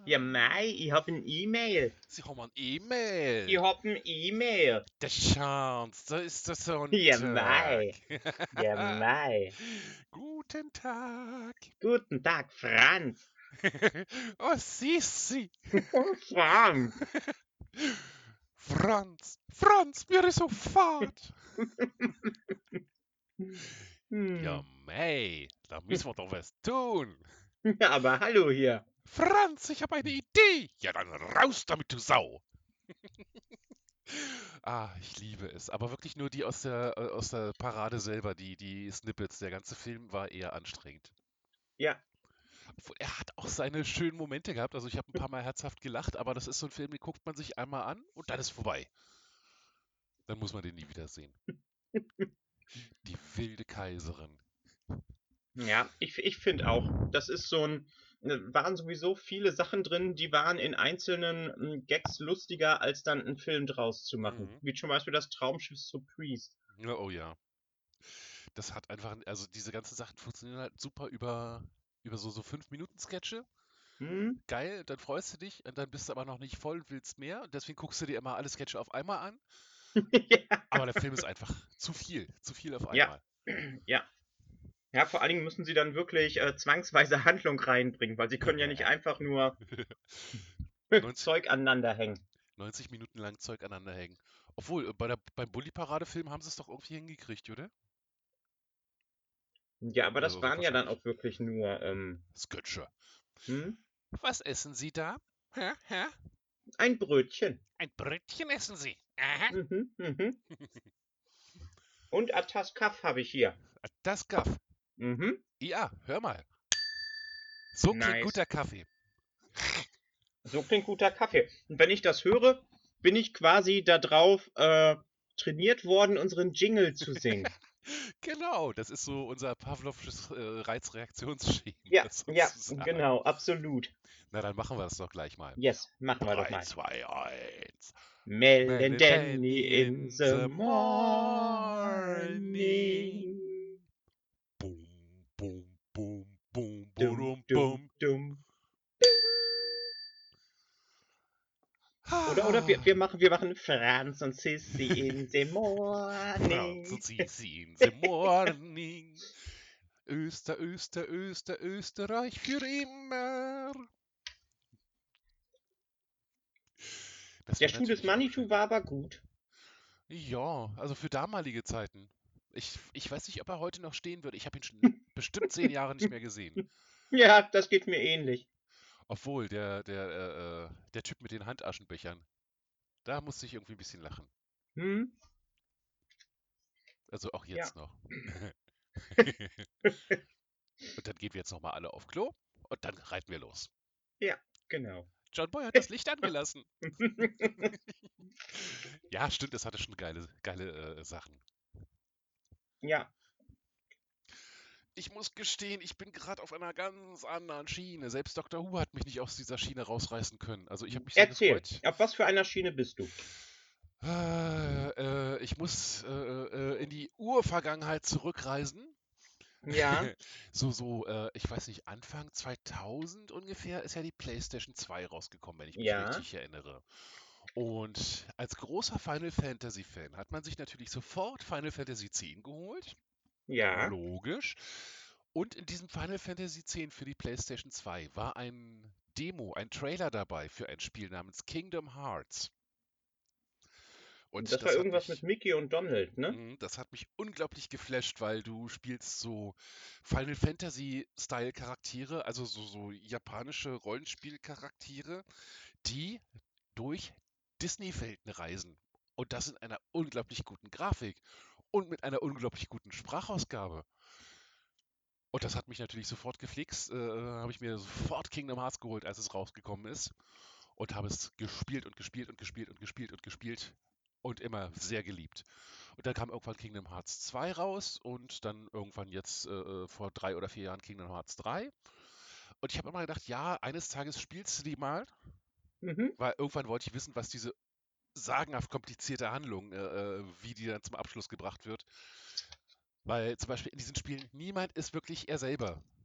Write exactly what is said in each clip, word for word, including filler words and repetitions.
Ja, mei, ich hab ein E-Mail. Sie haben ein E-Mail. Ich hab ein E-Mail. Der Chance, da ist der Ja, Sonntag. mei. Ja, mei. Guten Tag. Guten Tag, Franz. Oh, Sissi. Franz. Franz, Franz, mir ist so fad. Ja, Hm. mei, da müssen wir doch was tun. Ja, aber hallo hier. Franz, ich habe eine Idee. Ja, dann raus damit, du Sau. Ah, ich liebe es. Aber wirklich nur die aus der, äh, aus der Parade selber, die, die Snippets. Der ganze Film war eher anstrengend. Ja. Obwohl, er hat auch seine schönen Momente gehabt. Also ich habe ein paar Mal herzhaft gelacht, aber das ist so ein Film, den guckt man sich einmal an und dann ist vorbei. Dann muss man den nie wieder sehen. Die wilde Kaiserin. Ja, ich, ich finde auch, das ist so ein, äh, waren sowieso viele Sachen drin, die waren in einzelnen mm, Gags lustiger, als dann einen Film draus zu machen. Mhm. Wie zum Beispiel das Traumschiff zu Priest. Ja, oh ja. Das hat einfach, also diese ganzen Sachen funktionieren halt super über, über so, so fünf Minuten Sketche. Hm? Geil, dann freust du dich und dann bist du aber noch nicht voll und willst mehr. Und deswegen guckst du dir immer alle Sketche auf einmal an. Ja. Aber der Film ist einfach zu viel, zu viel auf Ja. einmal. Ja. Ja, vor allen Dingen müssen sie dann wirklich äh, zwangsweise Handlung reinbringen, weil sie können ja nicht einfach nur neunzig, Zeug aneinander hängen. neunzig Minuten lang Zeug aneinander hängen. Obwohl, äh, bei der, beim Bully-Parade-Film haben sie es doch irgendwie hingekriegt, oder? Ja, aber Oder das so, so waren ja dann wahrscheinlich. auch wirklich nur, ähm, Sketche. hm? Was essen Sie da? Hä? Hä? Ein Brötchen. Ein Brötchen essen Sie. Aha. Mhm, mhm. Und Ataskaf habe ich hier. Das Gaff. Mhm. Ja, hör mal. So klingt Nice. guter Kaffee. So klingt guter Kaffee. Und wenn ich das höre, bin ich quasi darauf äh, trainiert worden, unseren Jingle zu singen. Genau, das ist so unser Pavlovsches äh, Reizreaktionsschema Ja, ja, sozusagen. genau, absolut. Na, dann machen wir es doch gleich mal. Yes, machen wir doch Drei, mal. zwei, eins. Melden Melon Danny Danny in in the the morning. morning. Boom, boom, boom, boom, Dum, boom, dum, boom. dum. Oder, oder wir, Ah, wir machen, wir machen Franz und Sissy in the Franz morning. und Sisi in the morning. Öster, Öster, Öster, Österreich für immer. Das Der wäre Schuh des natürlich auch Manitou schön. war aber gut. Ja, also für damalige Zeiten. Ich, ich weiß nicht, ob er heute noch stehen würde. Ich habe ihn schon bestimmt zehn Jahre nicht mehr gesehen. Ja, das geht mir ähnlich. Obwohl, der, der, äh, äh, der Typ mit den Handaschenbechern, da musste ich irgendwie ein bisschen lachen. Hm? Also auch Ja. jetzt noch. Und dann gehen wir jetzt nochmal alle auf Klo und dann reiten wir los. Ja, genau. John Boy hat das Licht angelassen. Ja, stimmt, es hatte schon geile, geile äh, Sachen. Ja, Ich muss gestehen, ich bin gerade auf einer ganz anderen Schiene. Selbst Doktor Who hat mich nicht aus dieser Schiene rausreißen können. Also ich habe mich sehr erzähl. gefreut. Auf was für einer Schiene bist du? Äh, äh, ich muss äh, äh, in die Urvergangenheit zurückreisen. Ja, So, so, äh, ich weiß nicht, Anfang zweitausend ungefähr ist ja die PlayStation zwei rausgekommen, wenn ich mich ja, richtig erinnere. Und als großer Final Fantasy Fan hat man sich natürlich sofort Final Fantasy X geholt. ja. Logisch. Und in diesem Final Fantasy X für die PlayStation zwei war ein Demo, ein Trailer dabei für ein Spiel namens Kingdom Hearts. Und Das war das hat irgendwas mit mich Mickey und Donald, ne? Mhm, das hat mich unglaublich geflasht, weil du spielst so Final Fantasy-Style Charaktere, also so, so japanische Rollenspiel-Charaktere, die durch Disney-Welten reisen. Und das in einer unglaublich guten Grafik und mit einer unglaublich guten Sprachausgabe. Und das hat mich natürlich sofort geflixt. Äh, habe ich mir sofort Kingdom Hearts geholt, als es rausgekommen ist. Und habe es gespielt und gespielt und gespielt und gespielt und gespielt und immer sehr geliebt. Und dann kam irgendwann Kingdom Hearts zwei raus und dann irgendwann jetzt äh, vor drei oder vier Jahren Kingdom Hearts drei. Und ich habe immer gedacht, ja, eines Tages spielst du die mal, Mhm. weil irgendwann wollte ich wissen, was diese sagenhaft komplizierte Handlung, äh, äh, wie die dann zum Abschluss gebracht wird. Weil zum Beispiel in diesen Spielen niemand ist wirklich er selber.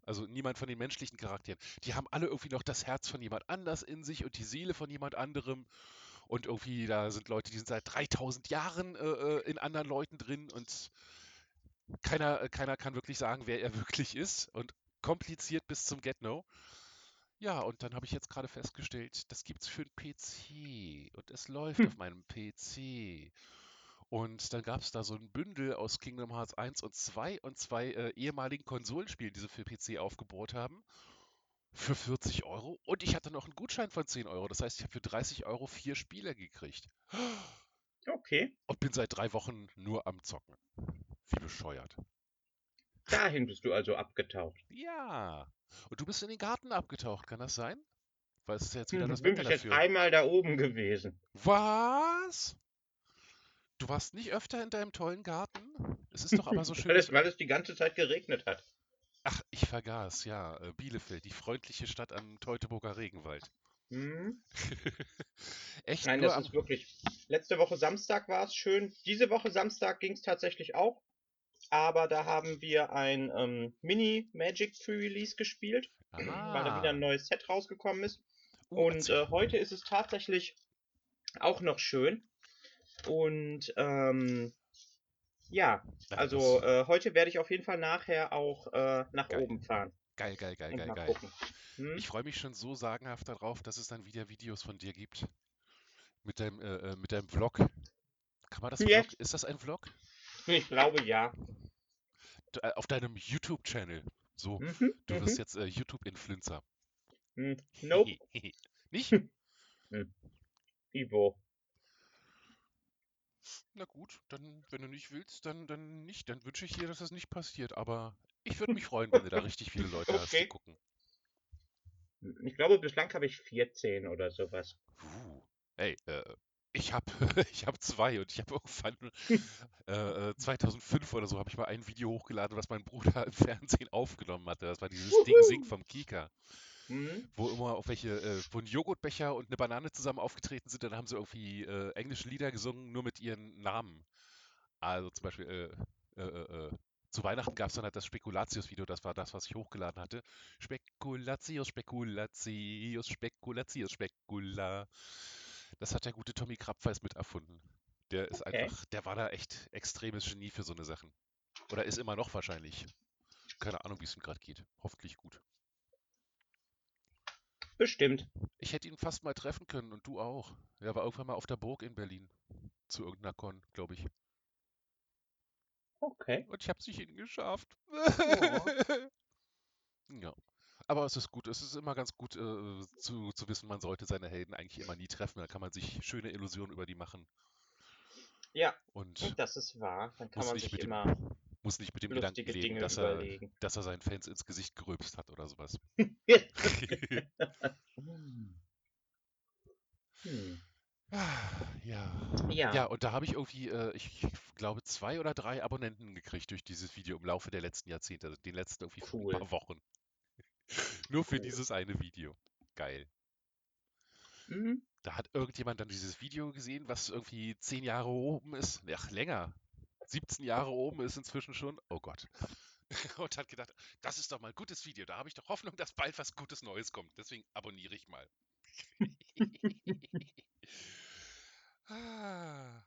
Also niemand von den menschlichen Charakteren. Die haben alle irgendwie noch das Herz von jemand anders in sich und die Seele von jemand anderem. Und irgendwie, da sind Leute, die sind seit dreitausend Jahren äh, äh, in anderen Leuten drin und keiner, äh, keiner kann wirklich sagen, wer er wirklich ist. Und kompliziert bis zum Get-No. Ja, und dann habe ich jetzt gerade festgestellt, das gibt's für 'n P C und es läuft Hm. auf meinem P C. Und dann gab es da so ein Bündel aus Kingdom Hearts eins und zwei und zwei äh, ehemaligen Konsolenspielen, die sie für P C aufgebohrt haben, für vierzig Euro. Und ich hatte noch einen Gutschein von zehn Euro. Das heißt, ich habe für dreißig Euro vier Spiele gekriegt. Okay, Und bin seit drei Wochen nur am Zocken. Wie bescheuert. dahin bist du also abgetaucht. Ja. Und du bist in den Garten abgetaucht, kann das sein? Weil es ist ja jetzt wieder Hm, das ich bin Wetter bis jetzt dafür. einmal da oben gewesen. Was? Du warst nicht öfter in deinem tollen Garten? Es ist doch aber so Weil schönes. es, weil es die ganze Zeit geregnet hat. Ach, ich vergaß, ja. äh, Bielefeld, die freundliche Stadt am Teutoburger Regenwald. Hm. Echt Nein, nur das am. ist wirklich. Letzte Woche Samstag war es schön. Diese Woche Samstag ging es tatsächlich auch. Aber da haben wir ein ähm, Mini-Magic Pre-Release gespielt, weil da wieder ein Ah. neues Set rausgekommen ist. Uh, Und erzähl. äh, heute ist es tatsächlich auch noch schön. Und ähm, ja, Na, dann also lass. äh, heute werde ich auf jeden Fall nachher auch äh, nach Geil. oben fahren Geil, geil, geil, und geil, mal geil. gucken. Hm? Ich freue mich schon so sagenhaft darauf, dass es dann wieder Videos von dir gibt. Mit deinem, äh, äh, mit deinem Vlog. Kann man das Vlog? Yes, Ist das ein Vlog? ich glaube ja. D- äh, Auf deinem YouTube-Channel. So, Mhm, du wirst mhm. jetzt äh, YouTube-Influencer. Hm. Nope. Nicht? Hm. Ivo. Na gut, dann, wenn du nicht willst, dann, dann nicht. Dann wünsche ich dir, dass das nicht passiert. Aber ich würde mich freuen, wenn du da richtig viele Leute hast, die Okay. gucken. Ich glaube, bislang habe ich vierzehn oder sowas. Uh, ey, äh, ich habe ich hab zwei und ich habe irgendwann äh, äh, zweitausendfünf oder so habe ich mal ein Video hochgeladen, was mein Bruder im Fernsehen aufgenommen hatte. Das war dieses Ding Sing Wuhu. vom Kika, Hm. wo immer auf welche, äh, wo ein Joghurtbecher und eine Banane zusammen aufgetreten sind. Dann haben sie irgendwie äh, englische Lieder gesungen, nur mit ihren Namen. Also zum Beispiel, äh, äh, äh, äh, zu Weihnachten gab es dann halt das Spekulatius-Video, das war das, was ich hochgeladen hatte. Spekulatius, Spekulatius, Spekulatius, Spekula. Das hat der gute Tommy Krabweis mit erfunden. Der ist Okay. einfach, der war da echt extremes Genie für so eine Sachen. Oder ist immer noch wahrscheinlich. Keine Ahnung, wie es ihm gerade geht. Hoffentlich gut. Bestimmt. Ich hätte ihn fast mal treffen können und du auch. Er war irgendwann mal auf der Burg in Berlin. Zu irgendeiner Con, glaube ich. Okay. Und ich habe es nicht hingeschafft. Oh. Ja. Aber es ist gut. Es ist immer ganz gut äh, zu, zu wissen, man sollte seine Helden eigentlich immer nie treffen. Da kann man sich schöne Illusionen über die machen Ja, und das ist wahr. Dann kann muss man nicht sich mit dem, immer muss nicht mit dem Gedanken lustige leben, Dinge dass er, überlegen. dass er seinen Fans ins Gesicht gerülpst hat oder sowas. Hm. Ah, ja. Ja, Ja, und da habe ich irgendwie, äh, ich glaube, zwei oder drei Abonnenten gekriegt durch dieses Video im Laufe der letzten Jahrzehnte, also den letzten irgendwie ein cool, paar Wochen. Nur für cool. dieses eine Video. Geil. Mhm. Da hat irgendjemand dann dieses Video gesehen, was irgendwie zehn Jahre oben ist. Ach, länger. siebzehn Jahre oben ist inzwischen schon. Oh Gott. Und hat gedacht, das ist doch mal ein gutes Video. Da habe ich doch Hoffnung, dass bald was Gutes Neues kommt. Deswegen abonniere ich mal. Ah,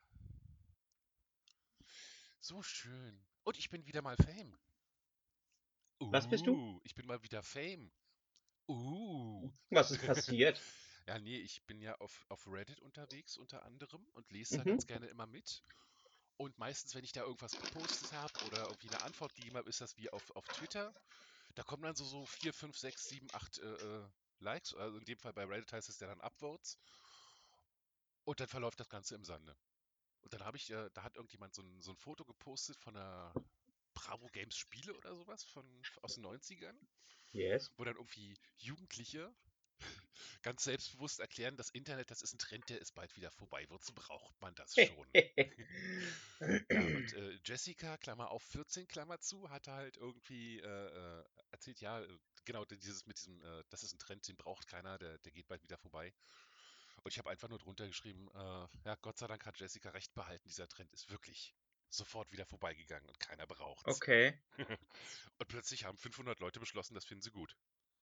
so schön. Und ich bin wieder mal Fame. Was bist du? Uh, ich bin mal wieder Fame. Uh. Was ist passiert? Ja, nee, ich bin ja auf, auf Reddit unterwegs unter anderem und lese da Mhm. ganz gerne immer mit. Und meistens, wenn ich da irgendwas gepostet habe oder irgendwie eine Antwort gegeben habe, ist das wie auf, auf Twitter. Da kommen dann so, so vier, fünf, sechs, sieben, acht äh, äh, Likes. Also in dem Fall bei Reddit heißt es ja dann Upvotes. Und dann verläuft das Ganze im Sande. Und dann habe ich, äh, da hat irgendjemand so ein, so ein Foto gepostet von einer Bravo Games Spiele oder sowas von, aus den Neunzigern, Yes. wo dann irgendwie Jugendliche ganz selbstbewusst erklären, das Internet, das ist ein Trend, der ist bald wieder vorbei. Wozu braucht man das schon? Ja, und äh, Jessica, Klammer auf vierzehn, Klammer zu, hatte halt irgendwie äh, äh, erzählt, ja, äh, genau, dieses mit diesem, äh, das ist ein Trend, den braucht keiner, der, der geht bald wieder vorbei. Und ich habe einfach nur drunter geschrieben, äh, ja, Gott sei Dank hat Jessica recht behalten, dieser Trend ist wirklich, sofort wieder vorbeigegangen und keiner braucht's. Okay. Und plötzlich haben fünfhundert Leute beschlossen, das finden sie gut.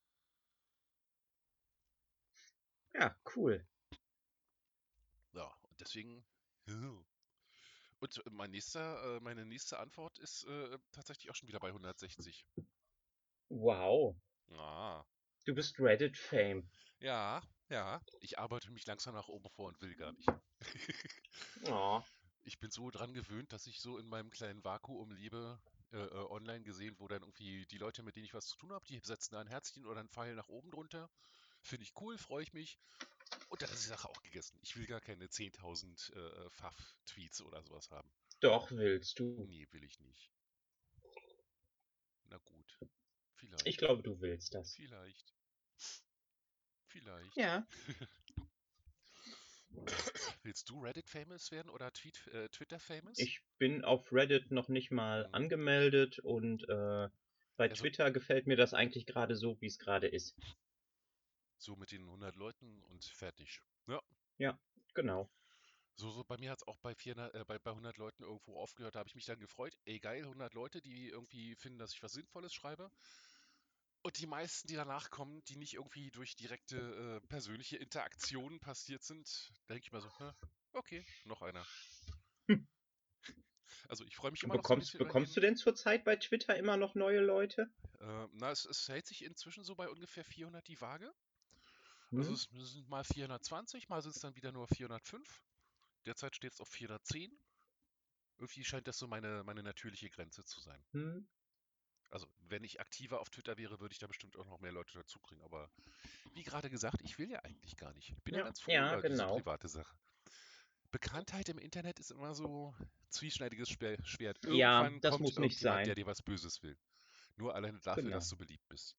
Ja, cool. Ja, und deswegen. Ja. Und mein nächster, äh, meine nächste Antwort ist äh, tatsächlich auch schon wieder bei hundertsechzig. Wow. Ah, Du bist Reddit-Fame. ja, ja. Ich arbeite mich langsam nach oben vor und will gar nicht. Oh, Ich bin so dran gewöhnt, dass ich so in meinem kleinen Vakuum lebe, äh, äh, online gesehen, wo dann irgendwie die Leute, mit denen ich was zu tun habe, die setzen da ein Herzchen oder einen Pfeil nach oben drunter. Finde ich cool, freue ich mich. Und dann ist die Sache auch gegessen. Ich will gar keine zehntausend äh, Pfaff-Tweets oder sowas haben. doch willst du. Nee, will ich nicht. Na gut. Ich Vielleicht. glaube, du willst das. Vielleicht. Vielleicht. Ja. Willst du Reddit-famous werden oder Tweet, äh, Twitter-famous? Ich bin auf Reddit noch nicht mal Mhm. angemeldet und äh, bei Also Twitter gefällt mir das eigentlich gerade so, wie es gerade ist. so mit den hundert Leuten und fertig. Ja. Ja, genau. So, so bei mir hat es auch bei, vierhundert, äh, bei, bei hundert Leuten irgendwo aufgehört. Da habe ich mich dann gefreut. Ey, geil, hundert Leute, die irgendwie finden, dass ich was Sinnvolles schreibe. Und die meisten, die danach kommen, die nicht irgendwie durch direkte äh, persönliche Interaktionen passiert sind, da denke ich mir so, hä, okay, noch einer. Hm. Also ich freue mich immer noch so ein Bekommst, bisschen über bekommst du jeden. denn zurzeit bei Twitter immer noch neue Leute? Äh, na, es, es hält sich inzwischen so bei ungefähr vierhundert die Waage. Also Hm? es sind mal vierhundertzwanzig, mal sind es dann wieder nur vierhundertfünf. Derzeit steht es auf vierhundertzehn. Irgendwie scheint das so meine, meine natürliche Grenze zu sein. Hm? Also, wenn ich aktiver auf Twitter wäre, würde ich da bestimmt auch noch mehr Leute dazukriegen. Aber wie gerade gesagt, ich will ja eigentlich gar nicht. Ich bin ja Ja, ganz froh ja, über diese genau. private Sache. Bekanntheit im Internet ist immer so zwieschneidiges Spe- Schwert. Ja, Irgendwann das kommt muss nicht irgendjemand, der sein. dir was Böses will. Nur alleine dafür, Genau. dass du beliebt bist.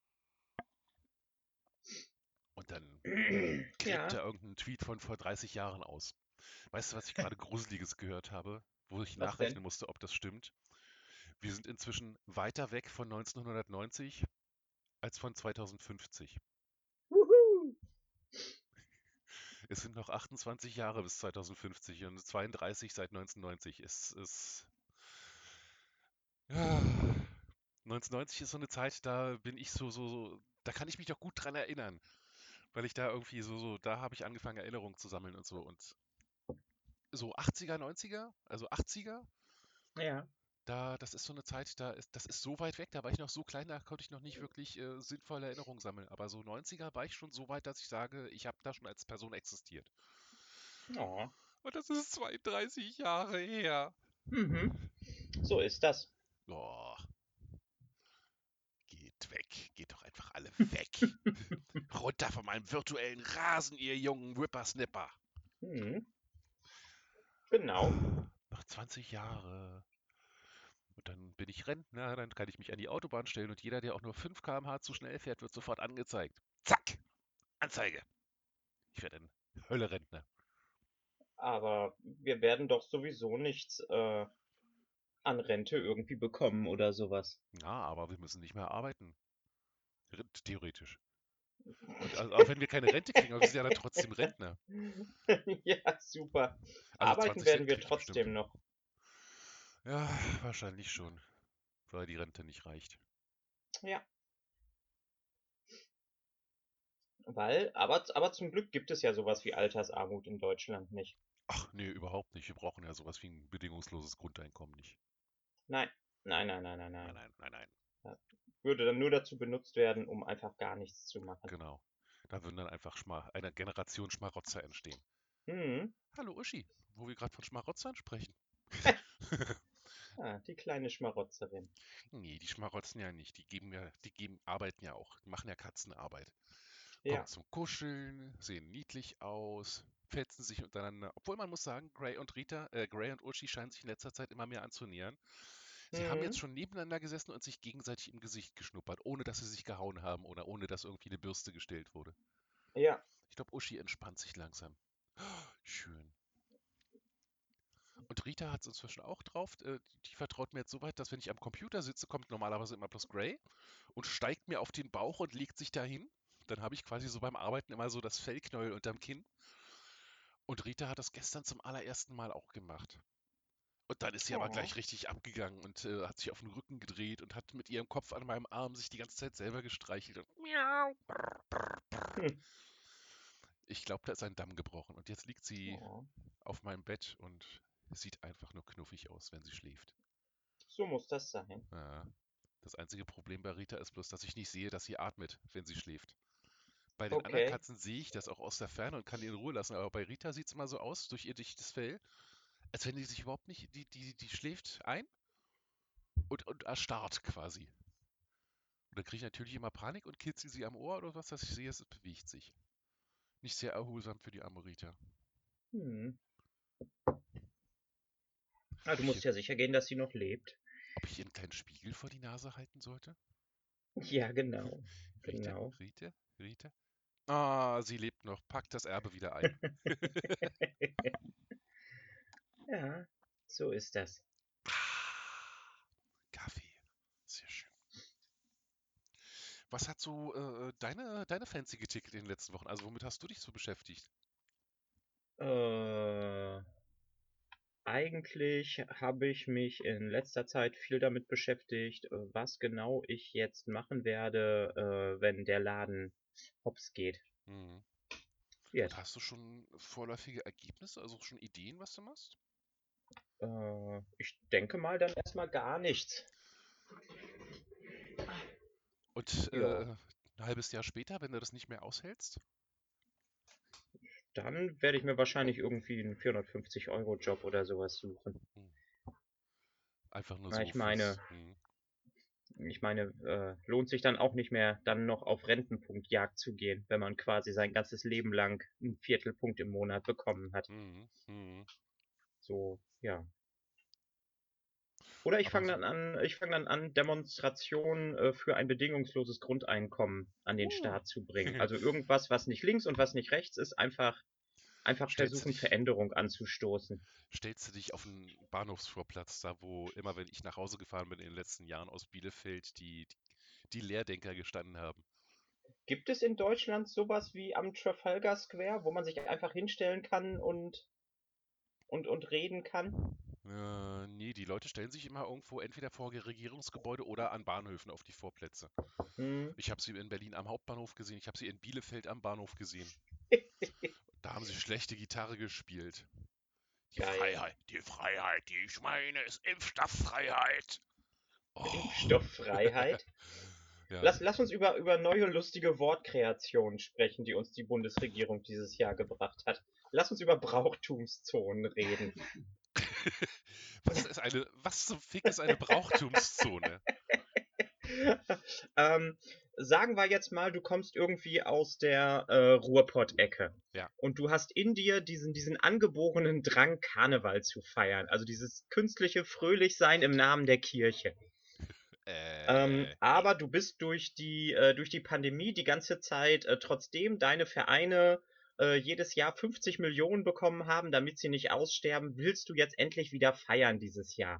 Und dann gräbt Ja, er irgendeinen Tweet von vor dreißig Jahren aus. Weißt du, was ich gerade Gruseliges gehört habe, wo ich was denn? nachrechnen musste, ob das stimmt? Wir sind inzwischen weiter weg von neunzehnhundertneunzig als von zweitausendfünfzig. Wuhu! Es sind noch achtundzwanzig Jahre bis zweitausendfünfzig und zweiunddreißig seit neunzehnhundertneunzig. Es ist. Ja, neunzehnhundertneunzig ist so eine Zeit, da bin ich so, so, so, da kann ich mich doch gut dran erinnern, weil ich da irgendwie so, so, da habe ich angefangen, Erinnerungen zu sammeln und so. Und so achtziger, neunziger, also achtziger, Ja. da, das ist so eine Zeit, da ist, das ist so weit weg, da war ich noch so klein, da konnte ich noch nicht wirklich äh, sinnvolle Erinnerungen sammeln. Aber so neunziger war ich schon so weit, dass ich sage, ich habe da schon als Person existiert. Oh. Und das ist zweiunddreißig Jahre her. Mhm. So ist das. Oh, geht weg. Geht doch einfach alle weg. Runter von meinem virtuellen Rasen, ihr jungen Whippersnipper. Mhm. Genau. Noch zwanzig Jahre. Und dann bin ich Rentner, dann kann ich mich an die Autobahn stellen und jeder, der auch nur fünf Kilometer pro Stunde zu schnell fährt, wird sofort angezeigt. Zack! Anzeige. Ich werde ein Hölle-Rentner. Aber wir werden doch sowieso nichts äh, an Rente irgendwie bekommen oder sowas. Ja, aber wir müssen nicht mehr arbeiten. Theoretisch. Und also auch wenn wir keine Rente kriegen, aber wir sind ja dann trotzdem Rentner. Ja, super. Also Arbeiten zwanzig werden Cent wir kriege ich bestimmt. trotzdem noch. Ja, wahrscheinlich schon, weil die Rente nicht reicht. Ja, weil, aber, aber zum Glück gibt es ja sowas wie Altersarmut in Deutschland nicht. Ach nee, überhaupt nicht. Wir brauchen ja sowas wie ein bedingungsloses Grundeinkommen nicht. Nein, nein, nein, nein, nein, Nein, nein. nein, nein, nein. Das würde dann nur dazu benutzt werden, um einfach gar nichts zu machen. Genau. Da würden dann einfach Schma eine Generation Schmarotzer entstehen. Hm. Hallo Uschi, wo wir gerade von Schmarotzern sprechen. Ah, die kleine Schmarotzerin. Nee, die schmarotzen ja nicht. Die geben ja, die geben, arbeiten ja auch, die machen ja Katzenarbeit. Kommen Ja. zum Kuscheln, sehen niedlich aus, fetzen sich untereinander. Obwohl man muss sagen, Gray und Rita, äh, Gray und Uschi scheinen sich in letzter Zeit immer mehr anzunähern. Sie haben Hm. jetzt schon nebeneinander gesessen und sich gegenseitig im Gesicht geschnuppert, ohne dass sie sich gehauen haben oder ohne dass irgendwie eine Bürste gestellt wurde. Ja. Ich glaube, Uschi entspannt sich langsam. Schön. Und Rita hat es inzwischen auch drauf. Äh, die vertraut mir jetzt so weit, dass wenn ich am Computer sitze, kommt normalerweise immer bloß Gray und steigt mir auf den Bauch und legt sich dahin. Dann habe ich quasi so beim Arbeiten immer so das Fellknäuel unterm Kinn. Und Rita hat das gestern zum allerersten Mal auch gemacht. Und dann ist sie aber Oh. gleich richtig abgegangen und äh, hat sich auf den Rücken gedreht und hat mit ihrem Kopf an meinem Arm sich die ganze Zeit selber gestreichelt und miau, brr, brr, brr. Hm. Ich glaube, da ist ein Damm gebrochen und jetzt liegt sie Oh. auf meinem Bett und sieht einfach nur knuffig aus, wenn sie schläft. So muss das sein. Ja. Das einzige Problem bei Rita ist bloß, dass ich nicht sehe, dass sie atmet, wenn sie schläft. Bei den anderen Okay. Katzen sehe ich das auch aus der Ferne und kann die in Ruhe lassen, aber bei Rita sieht es immer so aus, durch ihr dichtes Fell, als wenn die sich überhaupt nicht, die, die, die schläft ein und, und erstarrt quasi. Und dann kriege ich natürlich immer Panik und kitzel sie am Ohr oder was, dass ich sehe, es bewegt sich. Nicht sehr erholsam für die arme Rita. Hm. Ah, Ob du ich, ihr, musst ja sicher gehen, dass sie noch lebt. ob ich ihr einen kleinen Spiegel vor die Nase halten sollte? Ja, genau. Rita, Genau. Rita, Rita. Ah, sie lebt noch. Packt das Erbe wieder ein. Ja, so ist das. Ah, Kaffee. Sehr schön. Was hat so äh, deine, deine Fancy getickelt in den letzten Wochen? Also womit hast du dich so beschäftigt? Äh, Eigentlich habe ich mich in letzter Zeit viel damit beschäftigt, äh, was genau ich jetzt machen werde, äh, wenn der Laden hops geht. Mhm. Und Wird. hast du schon vorläufige Ergebnisse, also schon Ideen, was du machst? Äh, ich denke mal dann erstmal gar nichts. Und äh, Ja, ein halbes Jahr später, wenn du das nicht mehr aushältst? dann werde ich mir wahrscheinlich irgendwie einen vierhundertfünfzig-Euro-Job oder sowas suchen. Hm. Einfach nur Na, so ich meine, fürs. Hm. ich meine, äh, lohnt sich dann auch nicht mehr, dann noch auf Rentenpunktjagd zu gehen, wenn man quasi sein ganzes Leben lang einen Viertelpunkt im Monat bekommen hat. Hm. Hm. So, ja. Oder ich Aber fange so. dann an, ich fange dann an, Demonstrationen äh, für ein bedingungsloses Grundeinkommen an den Uh. Start zu bringen. Also irgendwas, was nicht links und was nicht rechts ist, einfach, einfach stellst du versuchen, dich, Veränderung anzustoßen. stellst du dich auf einen Bahnhofsvorplatz, da wo immer, wenn ich nach Hause gefahren bin in den letzten Jahren aus Bielefeld, die, die Leerdenker gestanden haben. Gibt es in Deutschland sowas wie am Trafalgar Square, wo man sich einfach hinstellen kann und, und, und reden kann? Äh, nee, die Leute stellen sich immer irgendwo entweder vor Regierungsgebäude oder an Bahnhöfen auf die Vorplätze. Hm. Ich habe sie in Berlin am Hauptbahnhof gesehen, ich habe sie in Bielefeld am Bahnhof gesehen. Da haben sie schlechte Gitarre gespielt. Die Geil. Freiheit, die Freiheit, die ich meine, ist Impfstofffreiheit. Oh. Impfstofffreiheit. Ja, Lass, lass uns über, über neue lustige Wortkreationen sprechen, die uns die Bundesregierung dieses Jahr gebracht hat. Lass uns über Brauchtumszonen reden. was ist eine, was zum Fick ist eine Brauchtumszone? ähm, Sagen wir jetzt mal, du kommst irgendwie aus der äh, Ruhrpott-Ecke Ja, und du hast in dir diesen, diesen angeborenen Drang, Karneval zu feiern. Also dieses künstliche Fröhlichsein im Namen der Kirche. Ähm, äh, nee. aber du bist durch die, äh, durch die Pandemie die ganze Zeit, äh, trotzdem deine Vereine äh, jedes Jahr fünfzig Millionen bekommen haben, damit sie nicht aussterben, willst du jetzt endlich wieder feiern dieses Jahr.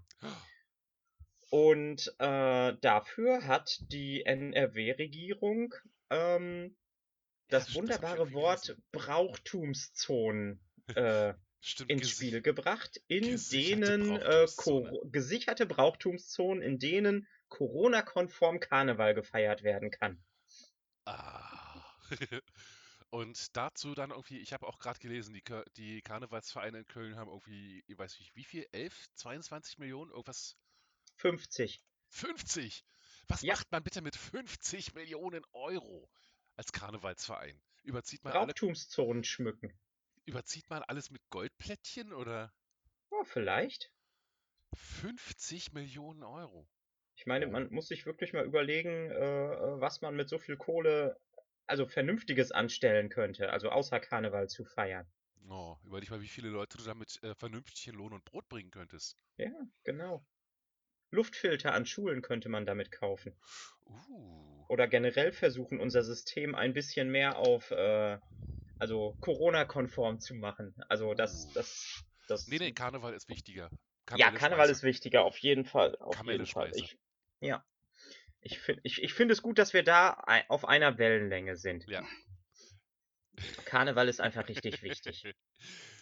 Und äh, dafür hat die N R W-Regierung ähm, Ja, das stimmt, das habe ich wunderbare irgendwie gelesen. Wort Brauchtumszonen äh, Stimmt, ins Spiel gesich gebracht, in gesicherte denen äh, Brauchtumszone. Cor- gesicherte Brauchtumszonen, in denen Corona-konform Karneval gefeiert werden kann. Ah. Und dazu dann irgendwie, ich habe auch gerade gelesen, die, Kö- die Karnevalsvereine in Köln haben irgendwie, ich weiß nicht, wie viel? elf, zweiundzwanzig Millionen? Irgendwas? fünfzig. fünfzig! Was Ja, macht man bitte mit fünfzig Millionen Euro als Karnevalsverein? Überzieht man alle, Brauchtumszonen schmücken. überzieht man alles mit Goldplättchen oder Ja, vielleicht. fünfzig Millionen Euro? Ich meine, Oh, man muss sich wirklich mal überlegen, äh, was man mit so viel Kohle, also Vernünftiges anstellen könnte, also außer Karneval zu feiern. oh, überleg mal, wie viele Leute du damit äh, vernünftig in Lohn und Brot bringen könntest. Ja, genau. Luftfilter an Schulen könnte man damit kaufen. Uh, Oder generell versuchen, unser System ein bisschen mehr auf, äh, also Corona-konform zu machen. Also das, uh. das, Nee, das, nee, Karneval ist wichtiger. ja, Kamelle Karneval schmeiße. ist wichtiger, auf jeden Fall, auf Kamelle jeden Fall. schmeiße. Ich, ja, ich finde, ich, ich finde es gut, dass wir da ei- auf einer Wellenlänge sind. Ja. Karneval ist einfach richtig wichtig.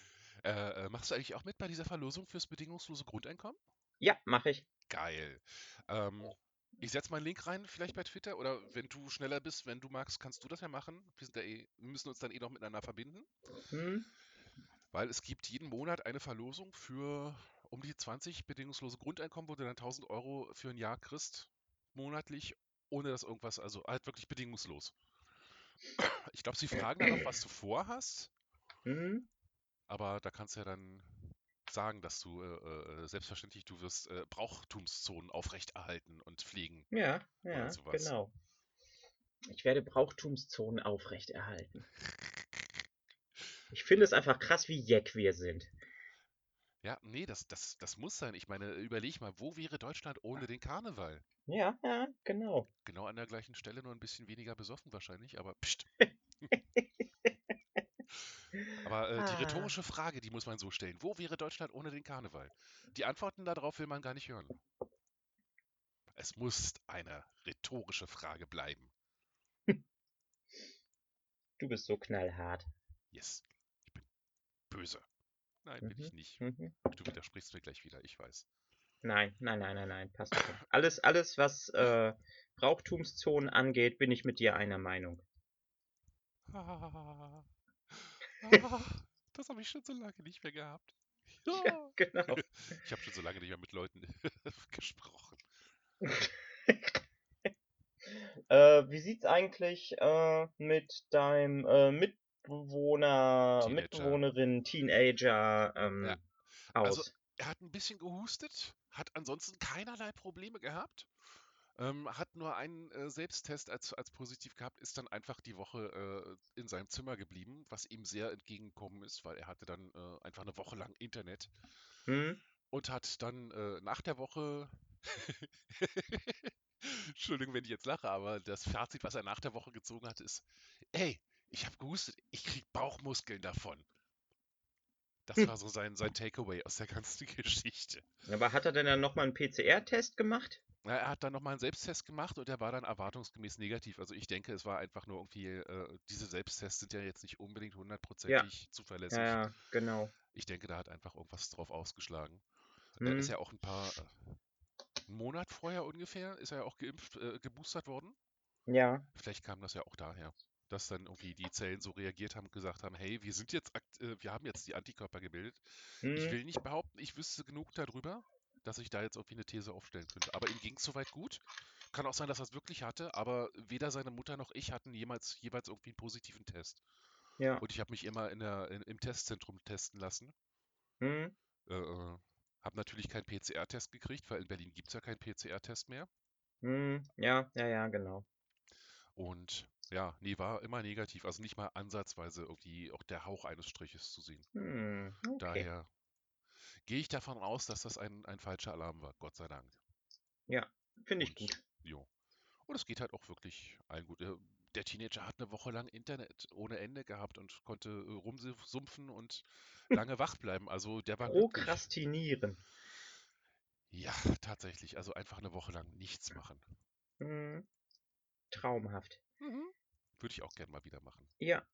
Äh, äh, machst du eigentlich auch mit bei dieser Verlosung fürs bedingungslose Grundeinkommen? Ja, mache ich. Geil. Ähm, ich setze mal einen Link rein, vielleicht bei Twitter, oder wenn du schneller bist, wenn du magst, kannst du das ja machen. Wir sind ja eh, wir müssen uns dann eh noch miteinander verbinden, Hm? weil es gibt jeden Monat eine Verlosung für um die zwanzig bedingungslose Grundeinkommen, wo du dann tausend Euro für ein Jahr kriegst, monatlich, ohne dass irgendwas, also halt wirklich bedingungslos. Ich glaube, sie fragen dann noch, was du vorhast, Hm? aber da kannst du ja dann sagen, dass du äh, äh, selbstverständlich, du wirst äh, Brauchtumszonen aufrechterhalten und pflegen Ja, oder ja, sowas. genau. Ich werde Brauchtumszonen aufrechterhalten. Ich finde Ja, es einfach krass, wie jeck wir sind. ja, nee, das, das, das muss sein. Ich meine, überleg mal, wo wäre Deutschland ohne den Karneval? Ja, ja, genau. Genau an der gleichen Stelle, nur ein bisschen weniger besoffen wahrscheinlich, aber pst. Aber äh, die Ah, rhetorische Frage, die muss man so stellen. Wo wäre Deutschland ohne den Karneval? Die Antworten darauf will man gar nicht hören. Es muss eine rhetorische Frage bleiben. du bist so knallhart. Yes, ich bin böse. Nein, bin ich Mhm, nicht. mhm. Du widersprichst mir gleich wieder, ich weiß. Nein, nein, nein, nein, nein, passt schon. Alles, alles, was äh, Brauchtumszonen angeht, bin ich mit dir einer Meinung. Ah, ah, das habe ich schon so lange nicht mehr gehabt. Ja, Ja. genau. Ich habe schon so lange nicht mehr mit Leuten gesprochen. Äh, wie sieht's eigentlich äh, mit deinem äh, Mitbewohner, Teenager. Mitbewohnerin, Teenager Ja. ähm, Also, aus? er hat ein bisschen gehustet, hat ansonsten keinerlei Probleme gehabt, ähm, hat nur einen äh, Selbsttest als, als positiv gehabt, ist dann einfach die Woche äh, in seinem Zimmer geblieben, was ihm sehr entgegengekommen ist, weil er hatte dann äh, einfach eine Woche lang Internet Hm? und hat dann äh, nach der Woche, Entschuldigung, wenn ich jetzt lache, aber das Fazit, was er nach der Woche gezogen hat, ist, ey, ich habe gehustet, ich krieg Bauchmuskeln davon. Das Hm. war so sein, sein Takeaway aus der ganzen Geschichte. Aber hat er denn dann nochmal einen P C R-Test gemacht? Na, er hat dann nochmal einen Selbsttest gemacht und der war dann erwartungsgemäß negativ. Also ich denke, es war einfach nur irgendwie, äh, diese Selbsttests sind ja jetzt nicht unbedingt Ja, hundertprozentig ja, zuverlässig. ja, genau. Ich denke, da hat einfach irgendwas drauf ausgeschlagen. Er Hm? ist ja auch ein paar, äh, einen Monat vorher ungefähr, ist er ja auch geimpft, äh, geboostert worden. Ja. Vielleicht kam das ja auch daher, dass dann irgendwie die Zellen so reagiert haben und gesagt haben, hey, wir sind jetzt, akt äh, wir haben jetzt die Antikörper gebildet. Ich Hm? will nicht behaupten, ich wüsste genug darüber, dass ich da jetzt irgendwie eine These aufstellen könnte. Aber ihm ging es soweit gut. Kann auch sein, dass er es wirklich hatte, aber weder seine Mutter noch ich hatten jemals jeweils irgendwie einen positiven Test. Ja. Und ich habe mich immer in der, in, im Testzentrum testen lassen. Hm? Äh, äh, habe natürlich keinen P C R-Test gekriegt, weil in Berlin gibt es ja keinen P C R-Test mehr. Hm? Ja, ja, ja, genau. Und ja, nee, war immer negativ. Also nicht mal ansatzweise irgendwie auch der Hauch eines Striches zu sehen. Hm, okay. Daher gehe ich davon aus, dass das ein, ein falscher Alarm war, Gott sei Dank. Ja, finde ich Und gut. jo. Und es geht halt auch wirklich allen gut. Der der Teenager hat eine Woche lang Internet ohne Ende gehabt und konnte äh, rumsumpfen und lange wach bleiben. Also der war glücklich. Prokrastinieren. Ja, tatsächlich. Also einfach eine Woche lang nichts machen. Hm, traumhaft. Mhm. Würde ich auch gern mal wieder machen. Ja.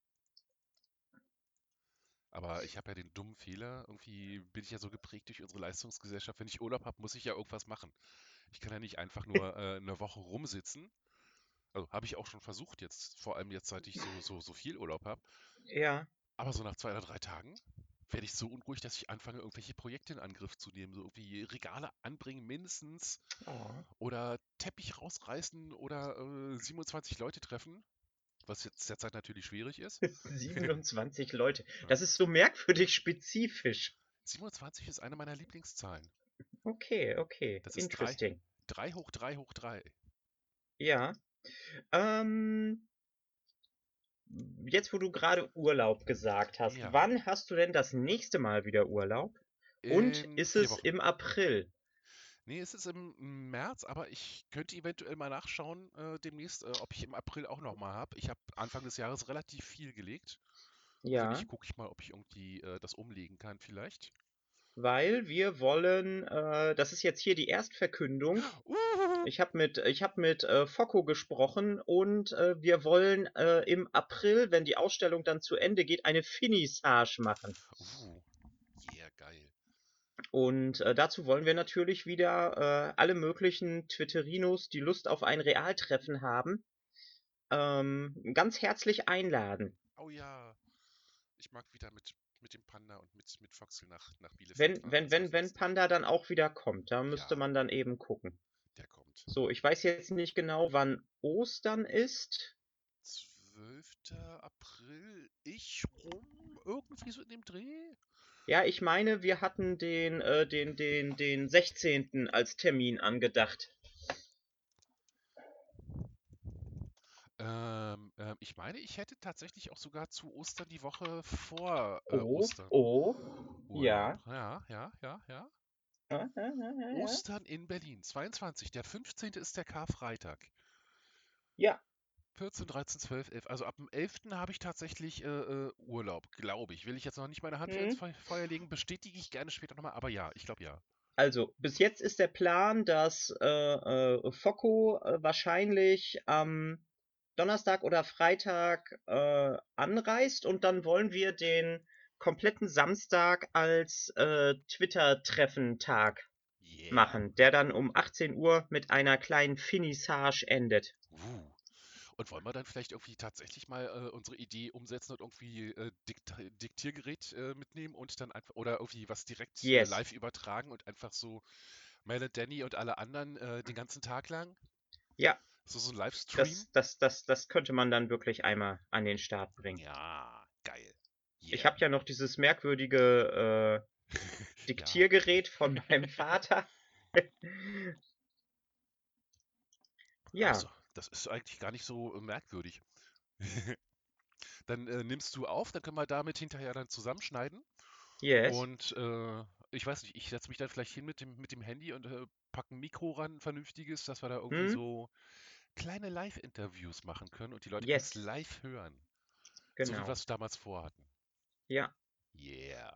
Aber ich habe ja den dummen Fehler, irgendwie bin ich ja so geprägt durch unsere Leistungsgesellschaft, wenn ich Urlaub habe, muss ich ja irgendwas machen. Ich kann ja nicht einfach nur äh, eine Woche rumsitzen. Also habe ich auch schon versucht jetzt, vor allem jetzt, seit ich so, so, so viel Urlaub habe. Ja. Aber so nach zwei oder drei Tagen werde ich so unruhig, dass ich anfange, irgendwelche Projekte in Angriff zu nehmen. So irgendwie Regale anbringen mindestens Oh. oder Teppich rausreißen oder äh, siebenundzwanzig Leute treffen, was jetzt derzeit natürlich schwierig ist. siebenundzwanzig Leute. Ja. Das ist so merkwürdig spezifisch. siebenundzwanzig ist eine meiner Lieblingszahlen. Okay, okay. Das ist drei, Interesting. drei hoch drei hoch drei. Ja. Ähm, jetzt, wo du gerade Urlaub gesagt hast, Ja, wann hast du denn das nächste Mal wieder Urlaub? Und in ist vier es Wochen. im April? Nee, es ist im März, aber ich könnte eventuell mal nachschauen äh, demnächst, äh, ob ich im April auch noch mal habe. Ich habe Anfang des Jahres relativ viel gelegt. Wenn Ja, nicht, gucke ich mal, ob ich irgendwie äh, das umlegen kann vielleicht. weil wir wollen, äh, das ist jetzt hier die Erstverkündung. Uh, Ich habe mit, ich hab mit äh, Focco gesprochen und äh, wir wollen äh, im April, wenn die Ausstellung dann zu Ende geht, eine Finissage machen. uh. Und äh, dazu wollen wir natürlich wieder äh, alle möglichen Twitterinos, die Lust auf ein Realtreffen haben, ähm, ganz herzlich einladen. Oh ja, ich mag wieder mit, mit dem Panda und mit, mit Foxel nach, nach Bielefeld Wenn, fahren. wenn, Das wenn, wird wenn lustig. Panda dann auch wieder kommt, da müsste Ja, man dann eben gucken. der kommt. So, ich weiß jetzt nicht genau, wann Ostern ist. zwölfter April, ich rum, irgendwie so in dem Dreh. Ja, ich meine, wir hatten den, äh, den, den, den sechzehnten als Termin angedacht. Ähm, ähm, ich meine, ich hätte tatsächlich auch sogar zu Ostern die Woche vor äh, Oh, Ostern oh, Urlaub. ja. Ja, ja, ja, ja. Ja, ja, ja, ja, ja. Ostern in Berlin, zweiundzwanzig. Der fünfzehnte ist der Karfreitag. Ja, vierzehn, dreizehn, zwölf, elf. Also ab dem elften habe ich tatsächlich äh, äh, Urlaub, glaube ich. Will ich jetzt noch nicht meine Hand für ins hm. Fe- Feuer legen, bestätige ich gerne später nochmal, aber ja, ich glaube ja. Also, bis jetzt ist der Plan, dass äh, äh, Focko äh, wahrscheinlich am Donnerstag oder Freitag äh, anreist und dann wollen wir den kompletten Samstag als äh, Twitter-Treffen-Tag Yeah. machen, der dann um achtzehn Uhr mit einer kleinen Finissage endet. Uh. Und wollen wir dann vielleicht irgendwie tatsächlich mal äh, unsere Idee umsetzen und irgendwie äh, Dikt Diktiergerät äh, mitnehmen und dann einfach oder irgendwie was direkt äh, Yes, live übertragen und einfach so Mel und Danny und alle anderen äh, den ganzen Tag lang? ja, So so ein Livestream? das, das, das, das könnte man dann wirklich einmal an den Start bringen. Ja, geil. Ich Yeah. habe ja noch dieses merkwürdige äh, Ja. Diktiergerät von meinem Vater. Ja, Also, das ist eigentlich gar nicht so äh, merkwürdig. Dann äh, nimmst du auf, dann können wir damit hinterher dann zusammenschneiden. yes. Und äh, ich weiß nicht, ich setze mich dann vielleicht hin mit dem, mit dem Handy und äh, packe ein Mikro ran, ein vernünftiges, dass wir da irgendwie Hm? so kleine Live-Interviews machen können und die Leute können es Yes, live hören. So wie wir genau. es damals vorhatten. Ja, Yeah.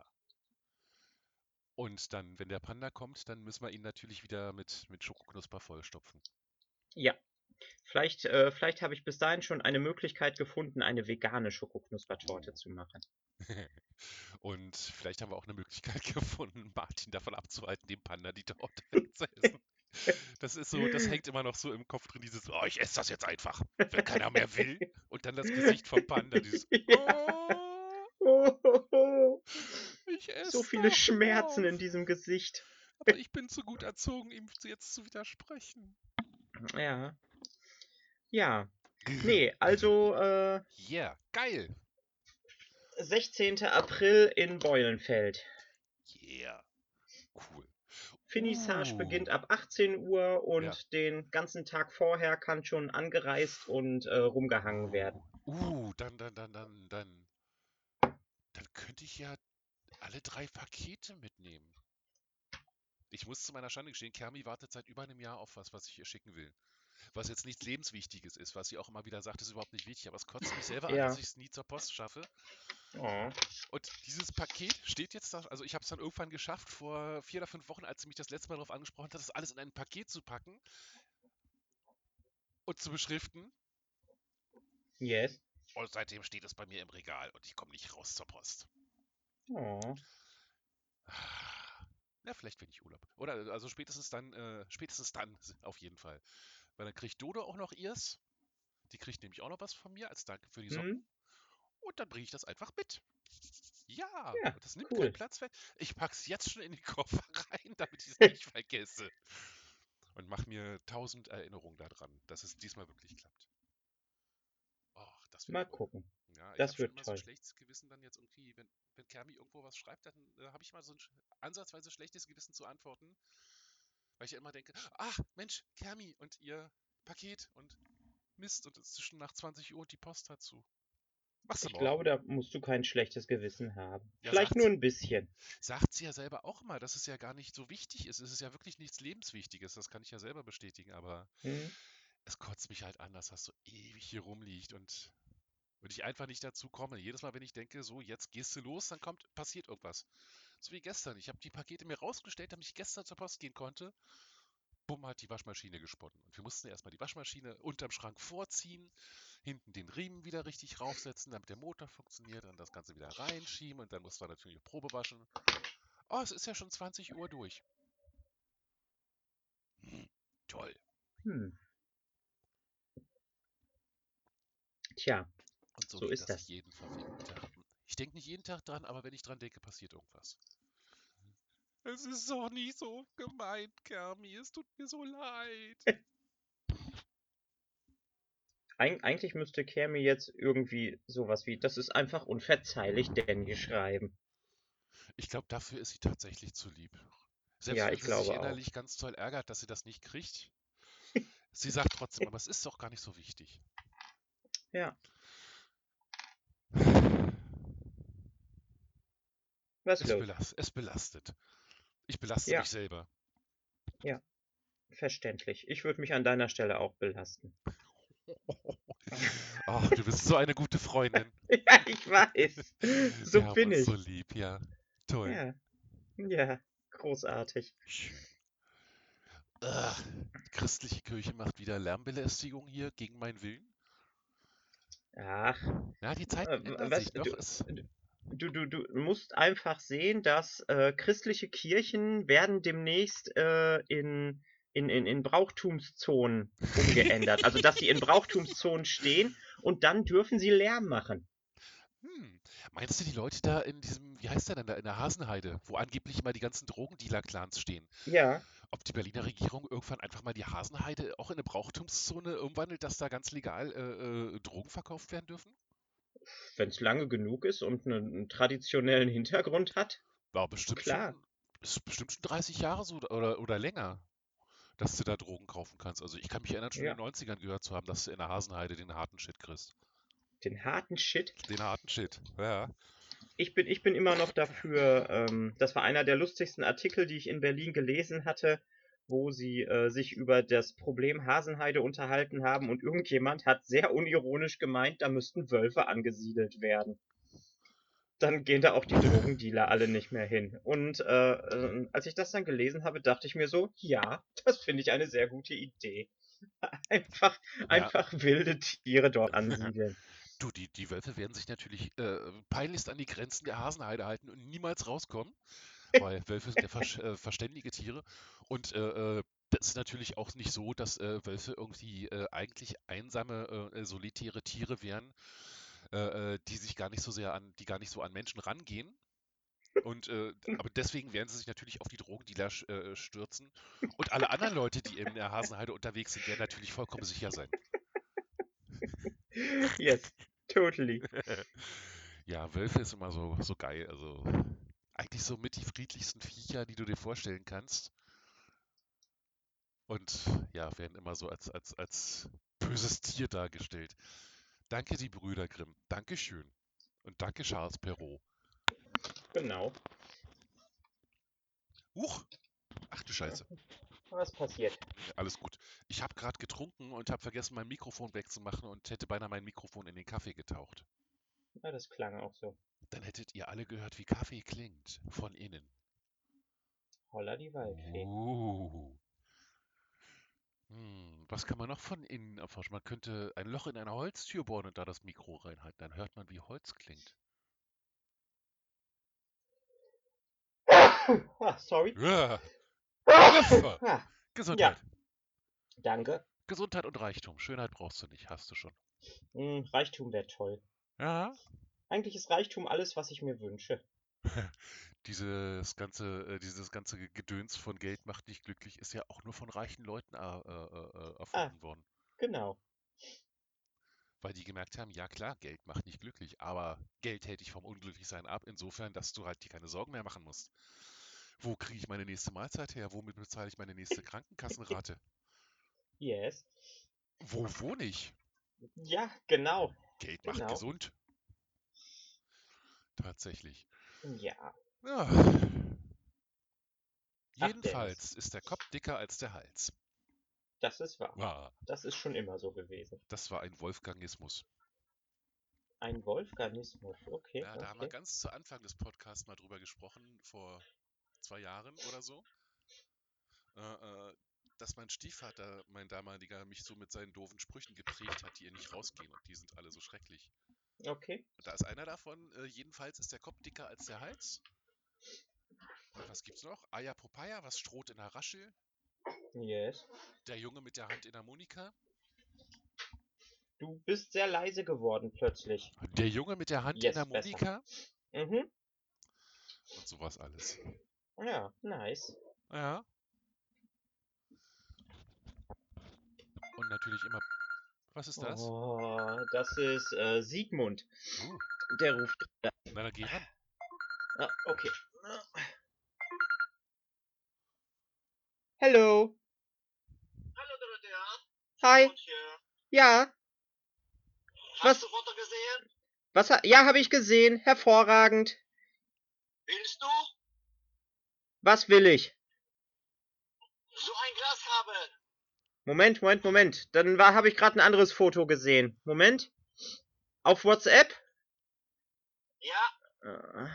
Und dann, wenn der Panda kommt, dann müssen wir ihn natürlich wieder mit, mit Schokoknusper vollstopfen. ja. Vielleicht, äh, vielleicht habe ich bis dahin schon eine Möglichkeit gefunden, eine vegane Uh. Schokoknuspertorte zu machen. Und vielleicht haben wir auch eine Möglichkeit gefunden, Martin davon abzuhalten, dem Panda die Torte wegzuessen. Das ist so, das hängt immer noch so im Kopf drin, dieses, oh, ich esse das jetzt einfach, wenn keiner mehr will. Und dann das Gesicht vom Panda, dieses, Ja. oh, Oh, oh, oh. ich So esse viele doch Schmerzen in noch. diesem Gesicht. Aber ich bin zu gut erzogen, ihm jetzt zu widersprechen. Ja, ja. Nee, also äh, Yeah, geil. sechzehnten April in Beulenfeld. Yeah, cool. Finissage Uh, beginnt ab achtzehn Uhr ja. und den ganzen Tag vorher kann schon angereist und äh, rumgehangen Uh, werden. uh, dann, dann, dann, dann, dann, dann könnte ich ja alle drei Pakete mitnehmen. Ich muss zu meiner Schande gestehen, Kermi wartet seit über einem Jahr auf was, was ich ihr schicken will. Was jetzt nichts Lebenswichtiges ist, was sie auch immer wieder sagt, ist überhaupt nicht wichtig. Aber es kotzt mich selber an, dass Ja. ich es nie zur Post schaffe. Oh. Und dieses Paket steht jetzt da, also ich habe es dann irgendwann geschafft, vor vier oder fünf Wochen, als sie mich das letzte Mal darauf angesprochen hat, das alles in ein Paket zu packen und zu beschriften. Yes. Und seitdem steht es bei mir im Regal und ich komme nicht raus zur Post. Oh. Ja, vielleicht wenn ich Urlaub. Oder also spätestens dann, äh, spätestens dann auf jeden Fall. Weil dann kriegt Dodo auch noch ihrs. Die kriegt nämlich auch noch was von mir als Danke für die Hm? Socken. Und dann bringe ich das einfach mit. Ja, Ja, und das nimmt keinen cool. Platz weg. Ich pack's jetzt schon in den Koffer rein, damit ich es nicht vergesse. Und mache mir tausend Erinnerungen daran, dass es diesmal wirklich klappt. Och, das wird Mal toll. gucken. Ja, ich habe Das schon wird immer so ein toll. schlechtes Gewissen dann jetzt irgendwie, wenn, wenn Kermi irgendwo was schreibt, dann äh, habe ich mal so ein sch- ansatzweise schlechtes Gewissen zu antworten, weil ich ja immer denke, ach Mensch, Kermi und ihr Paket und Mist und es ist schon nach zwanzig Uhr und die Post dazu. Machst du Ich morgen. glaube, da musst du kein schlechtes Gewissen haben. Ja, Vielleicht sagt nur sie, ein bisschen. sagt sie ja selber auch immer, dass es ja gar nicht so wichtig ist. Es ist ja wirklich nichts Lebenswichtiges, das kann ich ja selber bestätigen, aber Hm? es kotzt mich halt an, dass das so ewig hier rumliegt und, und ich einfach nicht dazu komme. Jedes Mal, wenn ich denke, so, jetzt gehst du los, dann kommt, passiert irgendwas. So wie gestern. Ich habe die Pakete mir rausgestellt, damit ich gestern zur Post gehen konnte. Bumm, hat die Waschmaschine gesponnen. Und wir mussten erstmal die Waschmaschine unterm Schrank vorziehen, hinten den Riemen wieder richtig raufsetzen, damit der Motor funktioniert, dann das Ganze wieder reinschieben und dann mussten wir natürlich Probe waschen. Oh, es ist ja schon zwanzig Uhr durch. Hm, toll. Hm. Tja, Und so so geht ist das das. jeden verfickten Tag. Ich denke nicht jeden Tag dran, aber wenn ich dran denke, passiert irgendwas. Es ist doch nicht so gemeint, Kermi. Es tut mir so leid. Eig eigentlich müsste Kermi jetzt irgendwie sowas wie, das ist einfach unverzeihlich, Danny schreiben. Ich glaube, dafür ist sie tatsächlich zu lieb. Selbst Ja, wenn ich sie sich glaube auch. innerlich ganz toll ärgert, dass sie das nicht kriegt. Sie sagt trotzdem, aber es ist doch gar nicht so wichtig. Ja, was ist Es, los? belast, es belastet. Ich belaste Ja, mich selber. ja, verständlich. Ich würde mich an deiner Stelle auch belasten. Ach, du bist so eine gute Freundin. Ja, ich weiß. So Wir haben bin uns so ich. lieb, ja. Toll. Ja, ja, großartig. Schön. Ugh, die christliche Kirche macht wieder Lärmbelästigung hier gegen meinen Willen. Ach, Ja, die äh, Zeiten ändern was, sich du, doch. Es, du, du, du musst einfach sehen, dass äh, christliche Kirchen werden demnächst äh, in, in, in, in Brauchtumszonen umgeändert. Also, dass sie in Brauchtumszonen stehen und dann dürfen sie Lärm machen. hm, meinst du, die Leute da in diesem, wie heißt der denn da, in der Hasenheide, wo angeblich immer die ganzen Drogendealer-Clans stehen, Ja, ob die Berliner Regierung irgendwann einfach mal die Hasenheide auch in eine Brauchtumszone umwandelt, dass da ganz legal äh, äh, Drogen verkauft werden dürfen? wenn es lange genug ist und einen, einen traditionellen Hintergrund hat, War bestimmt klar. schon, ist bestimmt schon dreißig Jahre so oder, oder länger, dass du da Drogen kaufen kannst. Also ich kann mich erinnern, schon in Ja, den neunzigern gehört zu haben, dass du in der Hasenheide den harten Shit kriegst. den harten Shit. Den harten Shit, ja. Ich bin, ich bin immer noch dafür, ähm, das war einer der lustigsten Artikel, die ich in Berlin gelesen hatte, wo sie äh, sich über das Problem Hasenheide unterhalten haben und irgendjemand hat sehr unironisch gemeint, da müssten Wölfe angesiedelt werden. Dann gehen da auch die Drogendealer alle nicht mehr hin. Und äh, äh, als ich das dann gelesen habe, dachte ich mir so, ja, das finde ich eine sehr gute Idee. Einfach, Ja. einfach wilde Tiere dort ansiedeln. Du, die, die Wölfe werden sich natürlich äh, peinlichst an die Grenzen der Hasenheide halten und niemals rauskommen, weil Wölfe sind ja versch- äh, verständige Tiere. Und äh, äh, das ist natürlich auch nicht so, dass äh, Wölfe irgendwie äh, eigentlich einsame, äh, äh, solitäre Tiere wären, äh, äh, die sich gar nicht so sehr an, die gar nicht so an Menschen rangehen. Und äh, aber deswegen werden sie sich natürlich auf die Drogendealer sch- äh, stürzen. Und alle anderen Leute, die in der Hasenheide unterwegs sind, werden natürlich vollkommen sicher sein. Yes, totally. Ja, Wölfe ist immer so, so geil. Also eigentlich so mit die friedlichsten Viecher, die du dir vorstellen kannst. Und ja, werden immer so als, als, als böses Tier dargestellt. Danke, die Brüder Grimm. Dankeschön. Und danke, Charles Perrault. Genau. Huch! Ach du Scheiße. Was passiert? Alles gut. Ich habe gerade getrunken und habe vergessen, mein Mikrofon wegzumachen und hätte beinahe mein Mikrofon in den Kaffee getaucht. Ja, das klang auch so. Dann hättet ihr alle gehört, wie Kaffee klingt. Von innen. Holla die Waldfee. Uh. Hm, was kann man noch von innen erforschen? Man könnte ein Loch in eine Holztür bohren und da das Mikro reinhalten. Dann hört man, wie Holz klingt. Ah, sorry. Ja, Riffe! Ah, ja, Gesundheit. danke. Gesundheit und Reichtum. Schönheit brauchst du nicht, hast du schon. Hm, Reichtum wäre toll. Ja. Eigentlich ist Reichtum alles, was ich mir wünsche. Dieses ganze, äh, dieses ganze Gedöns von Geld macht nicht glücklich ist ja auch nur von reichen Leuten äh, äh, äh, Ah, erfunden worden. genau. Weil die gemerkt haben, ja klar, Geld macht nicht glücklich, aber Geld hält dich vom Unglücklichsein ab, insofern, dass du halt dir keine Sorgen mehr machen musst. Wo kriege ich meine nächste Mahlzeit her? Womit bezahle ich meine nächste Krankenkassenrate? Yes. Wo wohne ich? Ja, genau. Geld macht Genau. gesund. Tatsächlich. Ja. Ja. Ach, Dennis. Jedenfalls ist der Kopf dicker als der Hals. Das ist wahr. Ah, Das ist schon immer so gewesen. das war ein Wolfgangismus. Ein Wolfganismus. Okay, Ja, da haben wir okay. ganz zu Anfang des Podcasts mal drüber gesprochen, vor zwei Jahren oder so, äh, äh, dass mein Stiefvater, mein damaliger, mich so mit seinen doofen Sprüchen geprägt hat, die ihr nicht rausgehen und die sind alle so schrecklich. Okay. Und da ist einer davon, äh, jedenfalls ist der Kopf dicker als der Hals. Was gibt's noch? Aya Popeye, was stroht in der Raschel? Yes. Der Junge mit der Hand in der Monika? Du bist sehr leise geworden plötzlich. Der Junge mit der Hand in der Yes, besser. Monika? Mhm. Und sowas alles. Ja, nice. Ja. Und natürlich immer. Was ist das? Oh, das ist äh, Sigmund. Uh, Der ruft. na dann geh ran. Ah, okay. Hello. Hallo Dorothea. Hi. Sigmund hier. Ja. Hast Was? du Foto gesehen? Was? ha- Ja, habe ich gesehen. Hervorragend. Willst du Was will ich? so ein Glas haben? Moment, Moment, Moment. Dann war, habe ich gerade ein anderes Foto gesehen. Moment. Auf WhatsApp? Ja, Äh,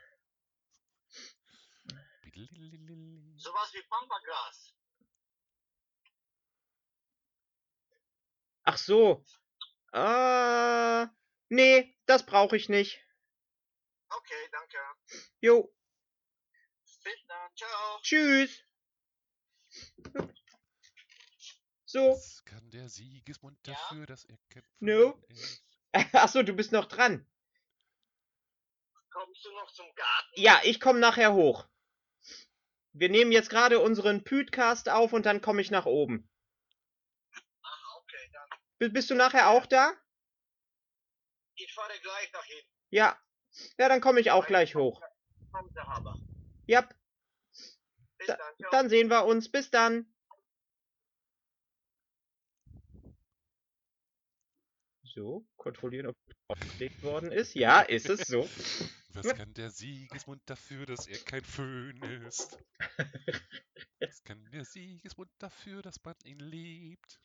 sowas wie Pampagras. Ach so. Äh, nee, das brauche ich nicht. Okay, danke. Jo, Bis dann. Ciao. tschüss. So. Was kann der Sigismund Ja? dafür, dass er Kämpfer No. ist? Ach so, du bist noch dran. Kommst du noch zum Garten? Ja, ich komme nachher hoch. Wir nehmen jetzt gerade unseren Podcast auf und dann komme ich nach oben. Ach, okay, dann. B bist du nachher auch da? Ich fahre gleich dahin. Ja. Ja, dann komme ich auch gleich hoch. Kommt der Haber. Ja, Bis Da- dann. Ciao. dann sehen wir uns. Bis dann. So, kontrollieren, ob aufgelegt worden ist. Ja, ist es so. Was kann der Sigismund dafür, dass er kein Föhn ist? Was kann der Sigismund dafür, dass man ihn liebt?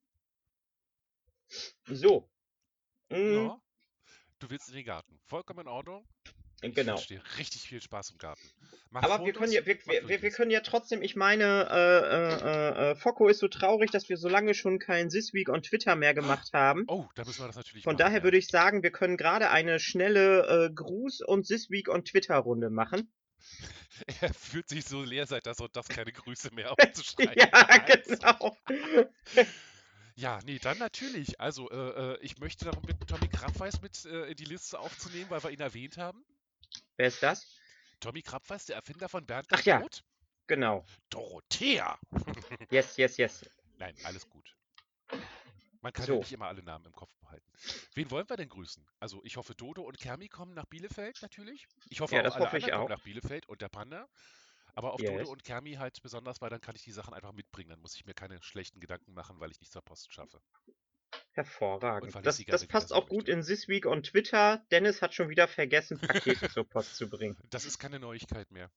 So. Mm, Ja, du willst in den Garten. Vollkommen in Ordnung. Ich genau. wünsche dir richtig viel Spaß im Garten. Mach Aber Fotos, wir können ja, wir, mach wir, wir, wir Videos. können ja trotzdem, ich meine, äh, äh, äh, Focko ist so traurig, dass wir so lange schon kein This Week on Twitter mehr gemacht haben. Oh, da müssen wir das natürlich Von machen. daher ja. würde ich sagen, wir können gerade eine schnelle äh, Gruß- und This Week on Twitter-Runde machen. Er fühlt sich so leer, seit das und das keine Grüße mehr aufzuschreiben Ja, hat. genau. Ja, nee, dann natürlich. Also, äh, äh, ich möchte darum bitten, Tommy Krabweis mit äh, in die Liste aufzunehmen, weil wir ihn erwähnt haben. Wer ist das? Tommy Krabweis, der Erfinder von Bernd das Ach ja, Brot. genau. Dorothea. Yes, yes, yes. Nein, alles gut. Man kann ja So. nicht immer alle Namen im Kopf behalten. Wen wollen wir denn grüßen? Also, ich hoffe, Dodo und Kermi kommen nach Bielefeld natürlich. Ich hoffe Ja, auch, das alle hoffe ich anderen kommen auch. nach Bielefeld und der Panda. Aber auf Dodo Yes. und Kermi halt besonders, weil dann kann ich die Sachen einfach mitbringen. Dann muss ich mir keine schlechten Gedanken machen, weil ich nicht zur Post schaffe. Und Hervorragend. weil ich Das, sie das gerne passt wiedersehen auch gut möchte. in This Week on Twitter. Dennis hat schon wieder vergessen, Pakete zur Post zu bringen. Das ist keine Neuigkeit mehr.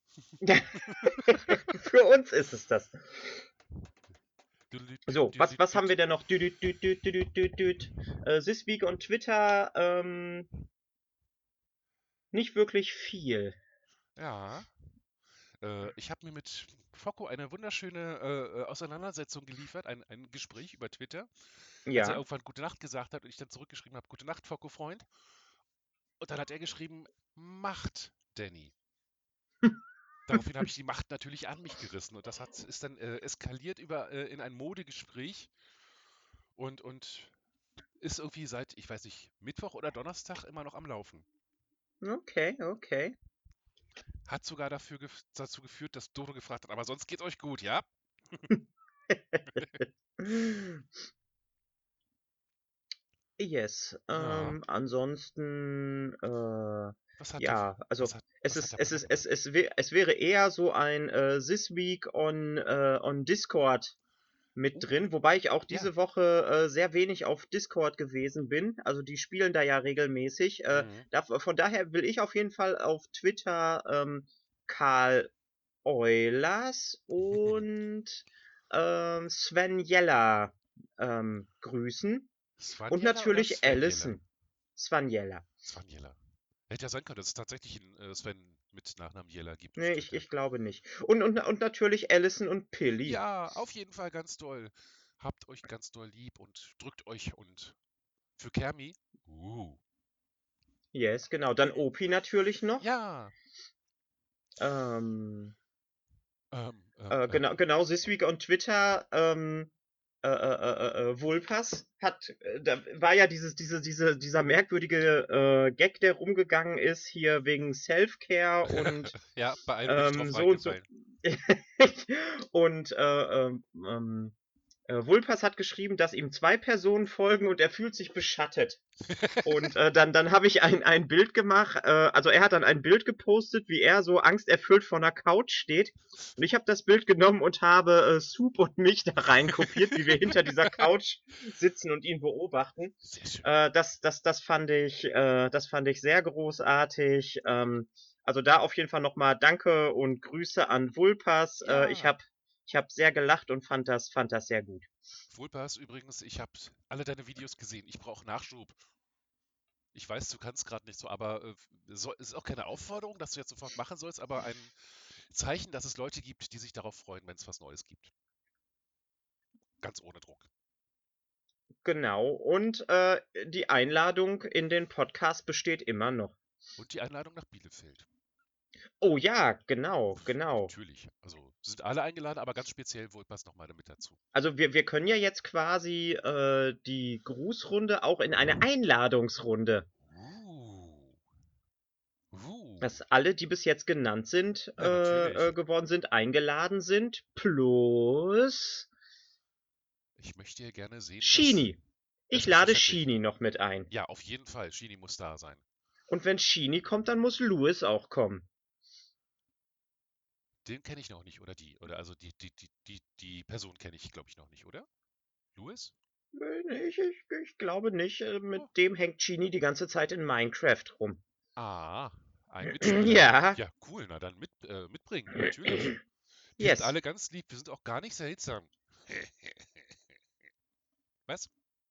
Für uns ist es das. So, was, was haben wir denn noch? Düdüt, düdüt, düdüt, düdüt, düdüt. Äh, This Week on Twitter, ähm, nicht wirklich viel. Ja. Äh, ich habe mir mit Focko eine wunderschöne äh, äh, Auseinandersetzung geliefert, ein, ein Gespräch über Twitter, als er Ja. irgendwann Gute Nacht gesagt hat und ich dann zurückgeschrieben habe, Gute Nacht, Focko, Freund. Und dann hat er geschrieben, Macht, Danny. Daraufhin habe ich die Macht natürlich an mich gerissen und das hat, ist dann äh, eskaliert über, äh, in ein Modegespräch und, und ist irgendwie seit, ich weiß nicht, Mittwoch oder Donnerstag immer noch am Laufen. Okay, okay. Hat sogar dafür gef dazu geführt, dass Dodo gefragt hat, aber sonst geht's euch gut, ja? Yes. Ja. Ähm, ansonsten, äh, Was hat der, ja, also was hat, es was hat ist, der es Panda ist, es, gemacht? es, wär, es wäre eher so ein äh, This Week on, äh, on Discord mit Oh, drin, wobei ich auch ja. diese Woche äh, sehr wenig auf Discord gewesen bin. Also die spielen da ja regelmäßig. Äh, Mhm. da, von daher will ich auf jeden Fall auf Twitter ähm, Karl Eulers und ähm, Sven Jeller ähm, grüßen. Und Svanjella oder natürlich Svenjella? Allison. Svanjella. Svanjella. Hätte ja sein können, dass es tatsächlich einen äh, Sven mit Nachnamen Jella gibt auf Nee, ich, Twitter. ich glaube nicht. Und, und, und natürlich Allison und Pilly. Ja, auf jeden Fall ganz doll. Habt euch ganz doll lieb und drückt euch und für Kermi. Uh. Yes, genau. Dann Opi natürlich noch. Ja, Ähm, Ähm, ähm, äh, ähm. genau, genau, This Week on Twitter, ähm, äh, äh, äh, äh, Vulpas hat, äh, da war ja dieses, diese, diese, dieser merkwürdige äh, Gag, der rumgegangen ist, hier wegen Self-Care und Ja, bei einem bin ich ähm, drauf so und so. reingefallen. und äh, ähm, ähm, äh, Vulpas hat geschrieben, dass ihm zwei Personen folgen und er fühlt sich beschattet. Und äh, dann, dann habe ich ein, ein Bild gemacht, äh, also er hat dann ein Bild gepostet, wie er so angsterfüllt vor einer Couch steht. Und ich habe das Bild genommen und habe äh, Soup und mich da rein kopiert, wie wir hinter dieser Couch sitzen und ihn beobachten. Sehr schön. Äh, das, das, das fand ich, äh, das fand ich sehr großartig. Ähm, also da auf jeden Fall nochmal Danke und Grüße an Vulpas. Äh, ich Ja. habe ich hab sehr gelacht und fand das, fand das sehr gut. Vulpas übrigens, ich habe alle deine Videos gesehen. Ich brauche Nachschub. Ich weiß, du kannst gerade nicht so, aber äh, soll, ist auch keine Aufforderung, dass du jetzt sofort machen sollst, aber ein Zeichen, dass es Leute gibt, die sich darauf freuen, wenn es was Neues gibt. Ganz ohne Druck. Genau. Und äh, die Einladung in den Podcast besteht immer noch. Und die Einladung nach Bielefeld. Oh ja, genau, Pff, genau. natürlich. Also sind alle eingeladen, aber ganz speziell Vulpas nochmal mit dazu. Also wir, wir können ja jetzt quasi äh, die Grußrunde auch in eine Einladungsrunde, Uh. Uh. dass alle, die bis jetzt genannt sind, Ja, äh, natürlich. äh, geworden sind, eingeladen sind, plus Ich möchte ja gerne sehen, was. Shini. Ja, Ich lade selbstverständlich. Shini noch mit ein. Ja, auf jeden Fall. Shini muss da sein. Und wenn Shini kommt, dann muss Louis auch kommen. Den kenne ich noch nicht, oder die. Oder also die, die, die, die, die Person kenne ich, glaube ich, noch nicht, oder? Louis? Äh, nee, Ich, ich, ich glaube nicht. Äh, Mit Oh. dem hängt Shini die ganze Zeit in Minecraft rum. Ah, ein Mitspieler. Ja. Ja, cool. Na dann mit, äh, mitbringen, natürlich. Die sind Yes. alle ganz lieb. Wir sind auch gar nicht seltsam. Was?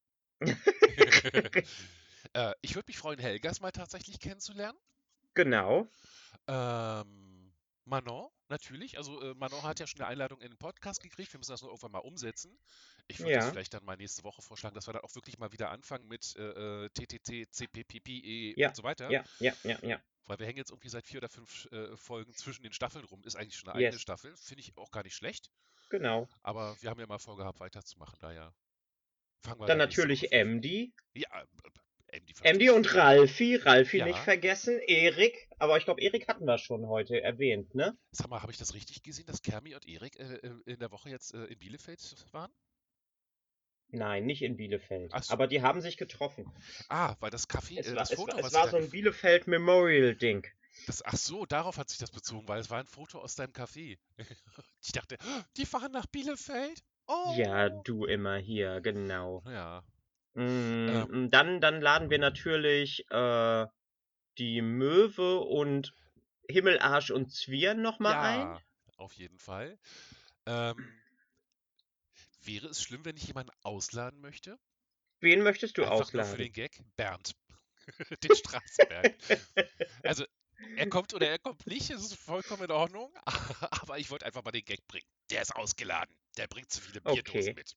äh, ich würde mich freuen, Helgas mal tatsächlich kennenzulernen. Genau. Ähm, Manon, natürlich. Also äh, Manon hat ja schon eine Einladung in den Podcast gekriegt. Wir müssen das nur irgendwann mal umsetzen. Ich würde das Ja. vielleicht dann mal nächste Woche vorschlagen, dass wir dann auch wirklich mal wieder anfangen mit äh, äh, T T C, C P P P E Ja. und so weiter. Ja. Ja. Ja. Ja. Weil wir hängen jetzt irgendwie seit vier oder fünf äh, Folgen zwischen den Staffeln rum. Ist eigentlich schon eine eigene Yes. Staffel. Finde ich auch gar nicht schlecht. Genau. Aber wir haben ja mal vorgehabt, weiterzumachen. Daher fangen wir Dann dann nächste Woche natürlich vielleicht. M D. Ja, äh, M D verstehe M D ich. und Ralfi. Ralfi nicht Ja. vergessen. Erik. Aber ich glaube, Erik hatten wir schon heute erwähnt, ne? Sag mal, habe ich das richtig gesehen, dass Kermi und Erik äh, äh, in der Woche jetzt äh, in Bielefeld waren? Nein, nicht in Bielefeld. Ach so. Aber die haben sich getroffen. Ah, weil das Café, Es äh, war, das es war, Foto, es was ich war da so ein gef Bielefeld Memorial Ding. das, ach so, darauf hat sich das bezogen, weil es war ein Foto aus deinem Café. Ich dachte, "Oh, die fahren nach Bielefeld? Ja, Oh. du immer hier, genau. Ja. Ähm, Mm, Dann, dann laden wir natürlich äh, die Möwe und Himmelarsch und Zwirn nochmal ein. ja, auf jeden Fall. Ähm, wäre es schlimm, wenn ich jemanden ausladen möchte? Wen möchtest du Einfach nur für ausladen? den Gag? Bernd. Den Straßenberg. Also, er kommt oder er kommt nicht, das ist vollkommen in Ordnung. Aber ich wollte einfach mal den Gag bringen. Der ist ausgeladen. Der bringt zu viele Bierdosen Okay. mit.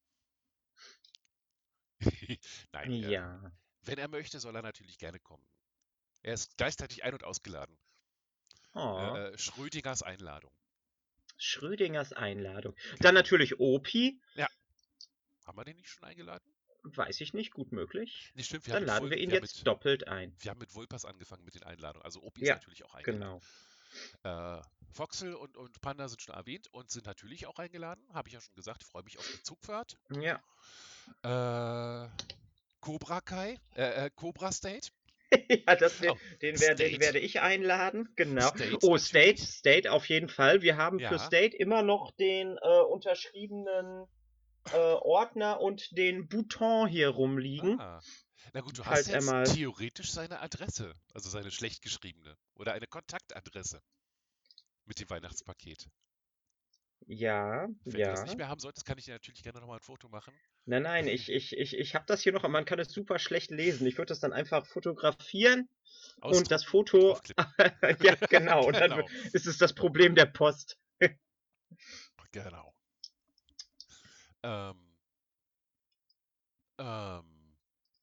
Nein, äh, Ja. wenn er möchte, soll er natürlich gerne kommen. Er ist gleichzeitig ein- und ausgeladen. Oh, Äh, äh, Schrödingers Einladung. Schrödingers Einladung. Dann Genau. natürlich Opi. Ja. Haben wir den nicht schon eingeladen? Weiß ich nicht, gut möglich. Nee, stimmt, wir haben Dann mit, laden wir Vul ihn wir haben jetzt mit, doppelt ein. wir haben mit Vulpas angefangen mit den Einladungen. Also Opi ist Ja, natürlich auch eingeladen. genau. Äh, Foxel und, und Panda sind schon erwähnt und sind natürlich auch eingeladen. Habe ich ja schon gesagt, freue mich auf die Zugfahrt. Ja. Äh, Cobra Kai, äh, äh, Cobra State. ja, das, den, Oh, den, werde, den State. werde ich einladen. Genau. State Oh, State, natürlich. State auf jeden Fall. Wir haben für Ja. State immer noch den äh, unterschriebenen äh, Ordner und den Bouton hier rumliegen. Ah. Na gut, du hast Falls er jetzt mal. theoretisch seine Adresse, also seine schlecht geschriebene oder eine Kontaktadresse mit dem Weihnachtspaket. Ja, Wenn du das ja. nicht mehr haben solltest, kann ich dir natürlich gerne nochmal ein Foto machen. Nein, nein, ich, ich, ich, ich habe das hier noch, man kann es super schlecht lesen. Ich würde das dann einfach fotografieren und das Ausdrucken und Foto. draufklippen. ja, genau. Und dann Genau. ist es das Problem der Post. Genau. Ähm, ähm,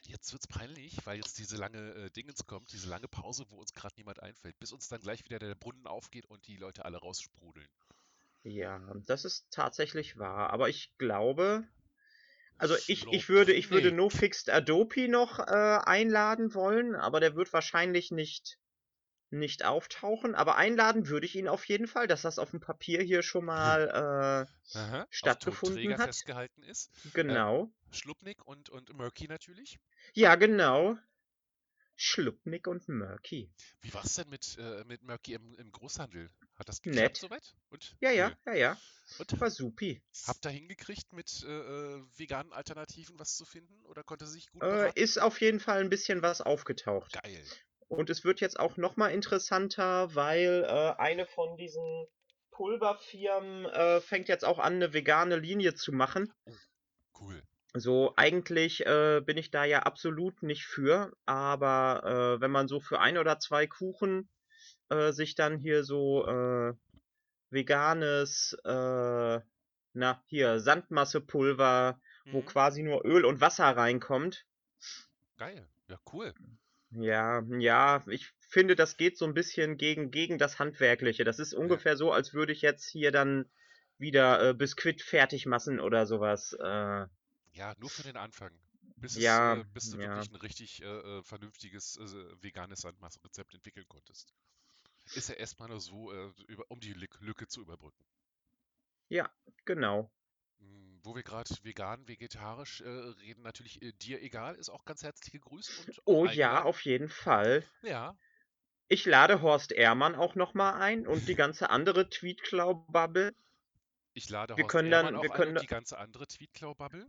jetzt wird's peinlich, weil jetzt diese lange äh, Dingens kommt, diese lange Pause, wo uns gerade niemand einfällt, bis uns dann gleich wieder der Brunnen aufgeht und die Leute alle raussprudeln. Ja, das ist tatsächlich wahr. Aber ich glaube, also ich, ich würde, ich würde Schlupfnick. No Fixed Adobe noch äh, einladen wollen, aber der wird wahrscheinlich nicht, nicht auftauchen. Aber einladen würde ich ihn auf jeden Fall, dass das auf dem Papier hier schon mal äh, Aha, auf stattgefunden Tonträger hat. festgehalten ist. Äh, Genau. Schlupnick und, und Murky natürlich. Ja, genau. Schlupnick und Murky. Wie war's denn mit, äh, mit Murky im, im Großhandel? Hat das geklappt Nett. soweit? Und Ja, ja, cool. ja, ja. Und War supi. habt ihr hingekriegt, mit äh, äh, veganen Alternativen was zu finden? Oder konnte sie sich gut Äh, beraten? ist auf jeden Fall ein bisschen was aufgetaucht. Geil. Und es wird jetzt auch noch mal interessanter, weil äh, eine von diesen Pulverfirmen äh, fängt jetzt auch an, eine vegane Linie zu machen. Oh, cool. So, eigentlich äh, bin ich da ja absolut nicht für, aber äh, wenn man so für ein oder zwei Kuchen äh, sich dann hier so äh, veganes, äh, na, hier, Sandmassepulver, wo Mhm. quasi nur Öl und Wasser reinkommt. Geil. Ja, cool. Ja, ja, ich finde, das geht so ein bisschen gegen, gegen das Handwerkliche. Das ist Ja, ungefähr so, als würde ich jetzt hier dann wieder äh, Biskuit fertig machen oder sowas. Äh, ja, nur für den Anfang. Bis es, ja, äh, bis du ja, wirklich ein richtig äh, äh, vernünftiges äh, veganes Sandmaßrezept entwickeln konntest. Ist ja erstmal nur so, äh, über, um die Lück- Lücke zu überbrücken. ja, genau. Hm, Wo wir gerade vegan, vegetarisch äh, reden, natürlich äh, dir egal, ist auch ganz herzlich gegrüßt und auch Oh ja, eingeladen. auf jeden Fall. Ja, Ich lade Horst Ehrmann auch noch mal ein und die ganze andere Tweetklau-Bubble. ich lade Wir Horst können Ehrmann dann, auch wir ein können, und da- die ganze andere Tweetklau-Bubble.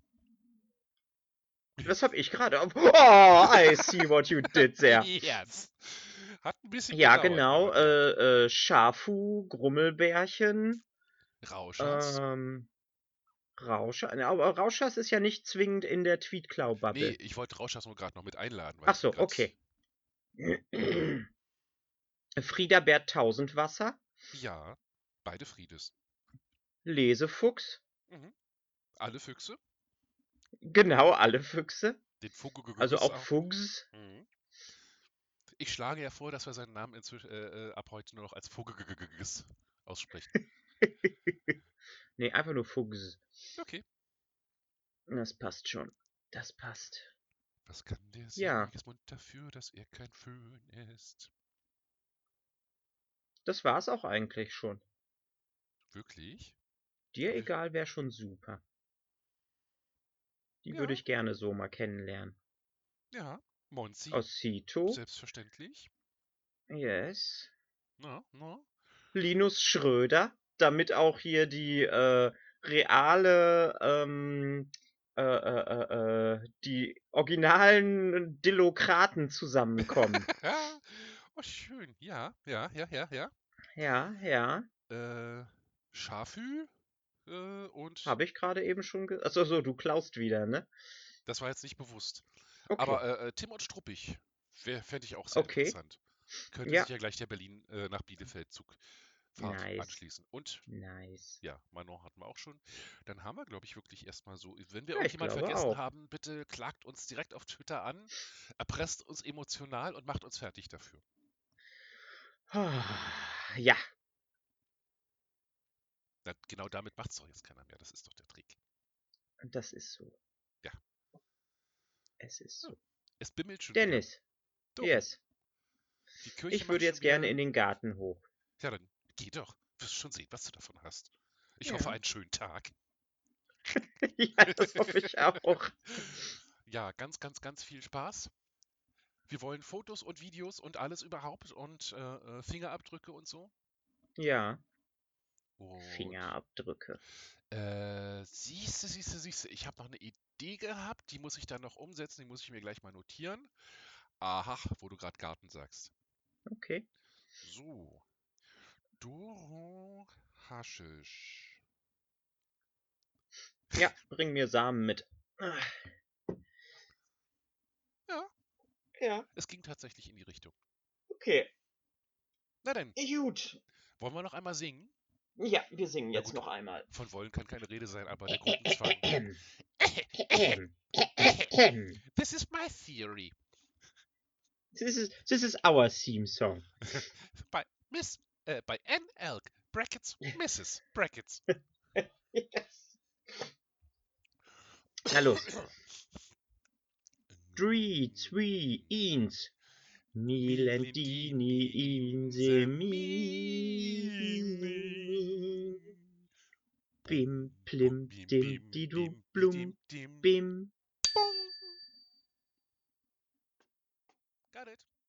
das habe ich gerade. auf- Oh, I see what you did there. Yes! Hat ein bisschen Ja, gedauert, genau. aber klappt. Äh, äh, Schafu, Grummelbärchen, Rauschers? ähm, Rauscher. Ne, aber Rauschers ist ja nicht zwingend in der Nee, Tweetklau-Bubble. ich wollte Rauschers nur gerade noch mit einladen, weil Ach ich mir so, gerade. okay. Friedabert Tausendwasser, Ja, beide Friedes. Lesefuchs, Mhm. Alle Füchse. genau, alle Füchse. Den Also Fugugugus auch auch. Fuchs. Mhm. Ich schlage ja vor, dass wir seinen Namen inzwischen äh, äh, ab heute nur noch als Fugugugus aussprechen. Nee, einfach nur Fuchs. Okay. Das passt schon. Das passt. Was kann der Ja, Siegesmund dafür, dass er kein Föhn ist? das war's auch eigentlich schon. Wirklich? Dir Hab ich. egal wäre schon super. Die würde Ja, ich gerne so mal kennenlernen. ja. Monzi, Ossito, selbstverständlich. yes. Na, na. Linus Schröder, damit auch hier die äh, reale, ähm, äh, äh, äh, äh, die originalen Dillokraten zusammenkommen. Oh, schön. Ja, ja, ja, ja, ja. Ja, ja, Äh, Schafü äh, und habe ich gerade eben schon ge... Achso, so, du klaust wieder, ne? das war jetzt nicht bewusst. Okay, Aber äh, äh, Tim und Struppig fände ich auch sehr okay, interessant. Könnte sich ja, ja gleich der Berlin äh, nach Bielefeld-Zugfahrt nice, anschließen. Und nice. ja, Manon hatten wir auch schon. Dann haben wir, glaube ich, wirklich erstmal so. Wenn wir Ja, ich irgendjemand glaube vergessen auch. haben, bitte klagt uns direkt auf Twitter an, erpresst uns emotional und macht uns fertig dafür. Ja, Na, genau damit macht es doch jetzt keiner mehr. Das ist doch der Trick. das ist so. Ja. Es ist Ja. so. Es bimmelt schon wieder. Dennis, Doro, yes. die Kirche Ich macht würde schon jetzt gerne wieder. in den Garten hoch. Ja, dann geh doch. Wirst schon sehen, was du davon hast. Ich hoffe, Ja. einen schönen Tag. Ja, das hoffe ich auch. Ja, ganz, ganz, ganz viel Spaß. Wir wollen Fotos und Videos und alles überhaupt und äh, äh, Fingerabdrücke und so. Ja, Und Fingerabdrücke. äh, siehste, siehste, siehste, ich habe noch eine Idee gehabt, die muss ich dann noch umsetzen, die muss ich mir gleich mal notieren. Aha, wo du gerade Garten sagst. Okay. So, Doro Haschisch. Ja, bring mir Samen mit. Ah, Ja, ja, es ging tatsächlich in die Richtung. okay. Na denn, Gut. wollen wir noch einmal singen? Ja, wir singen Na jetzt gut, noch einmal. von wollen kann keine Rede sein, aber der Gruppenzwang. This is my theory. This is this is our theme song. By Miss, äh, by N Elk, brackets, Misses, brackets. Yes. Na los. Three, three, eins. Milentini inse mi. Bim, plim, dim, didu, blum, bim. Bong. Got it.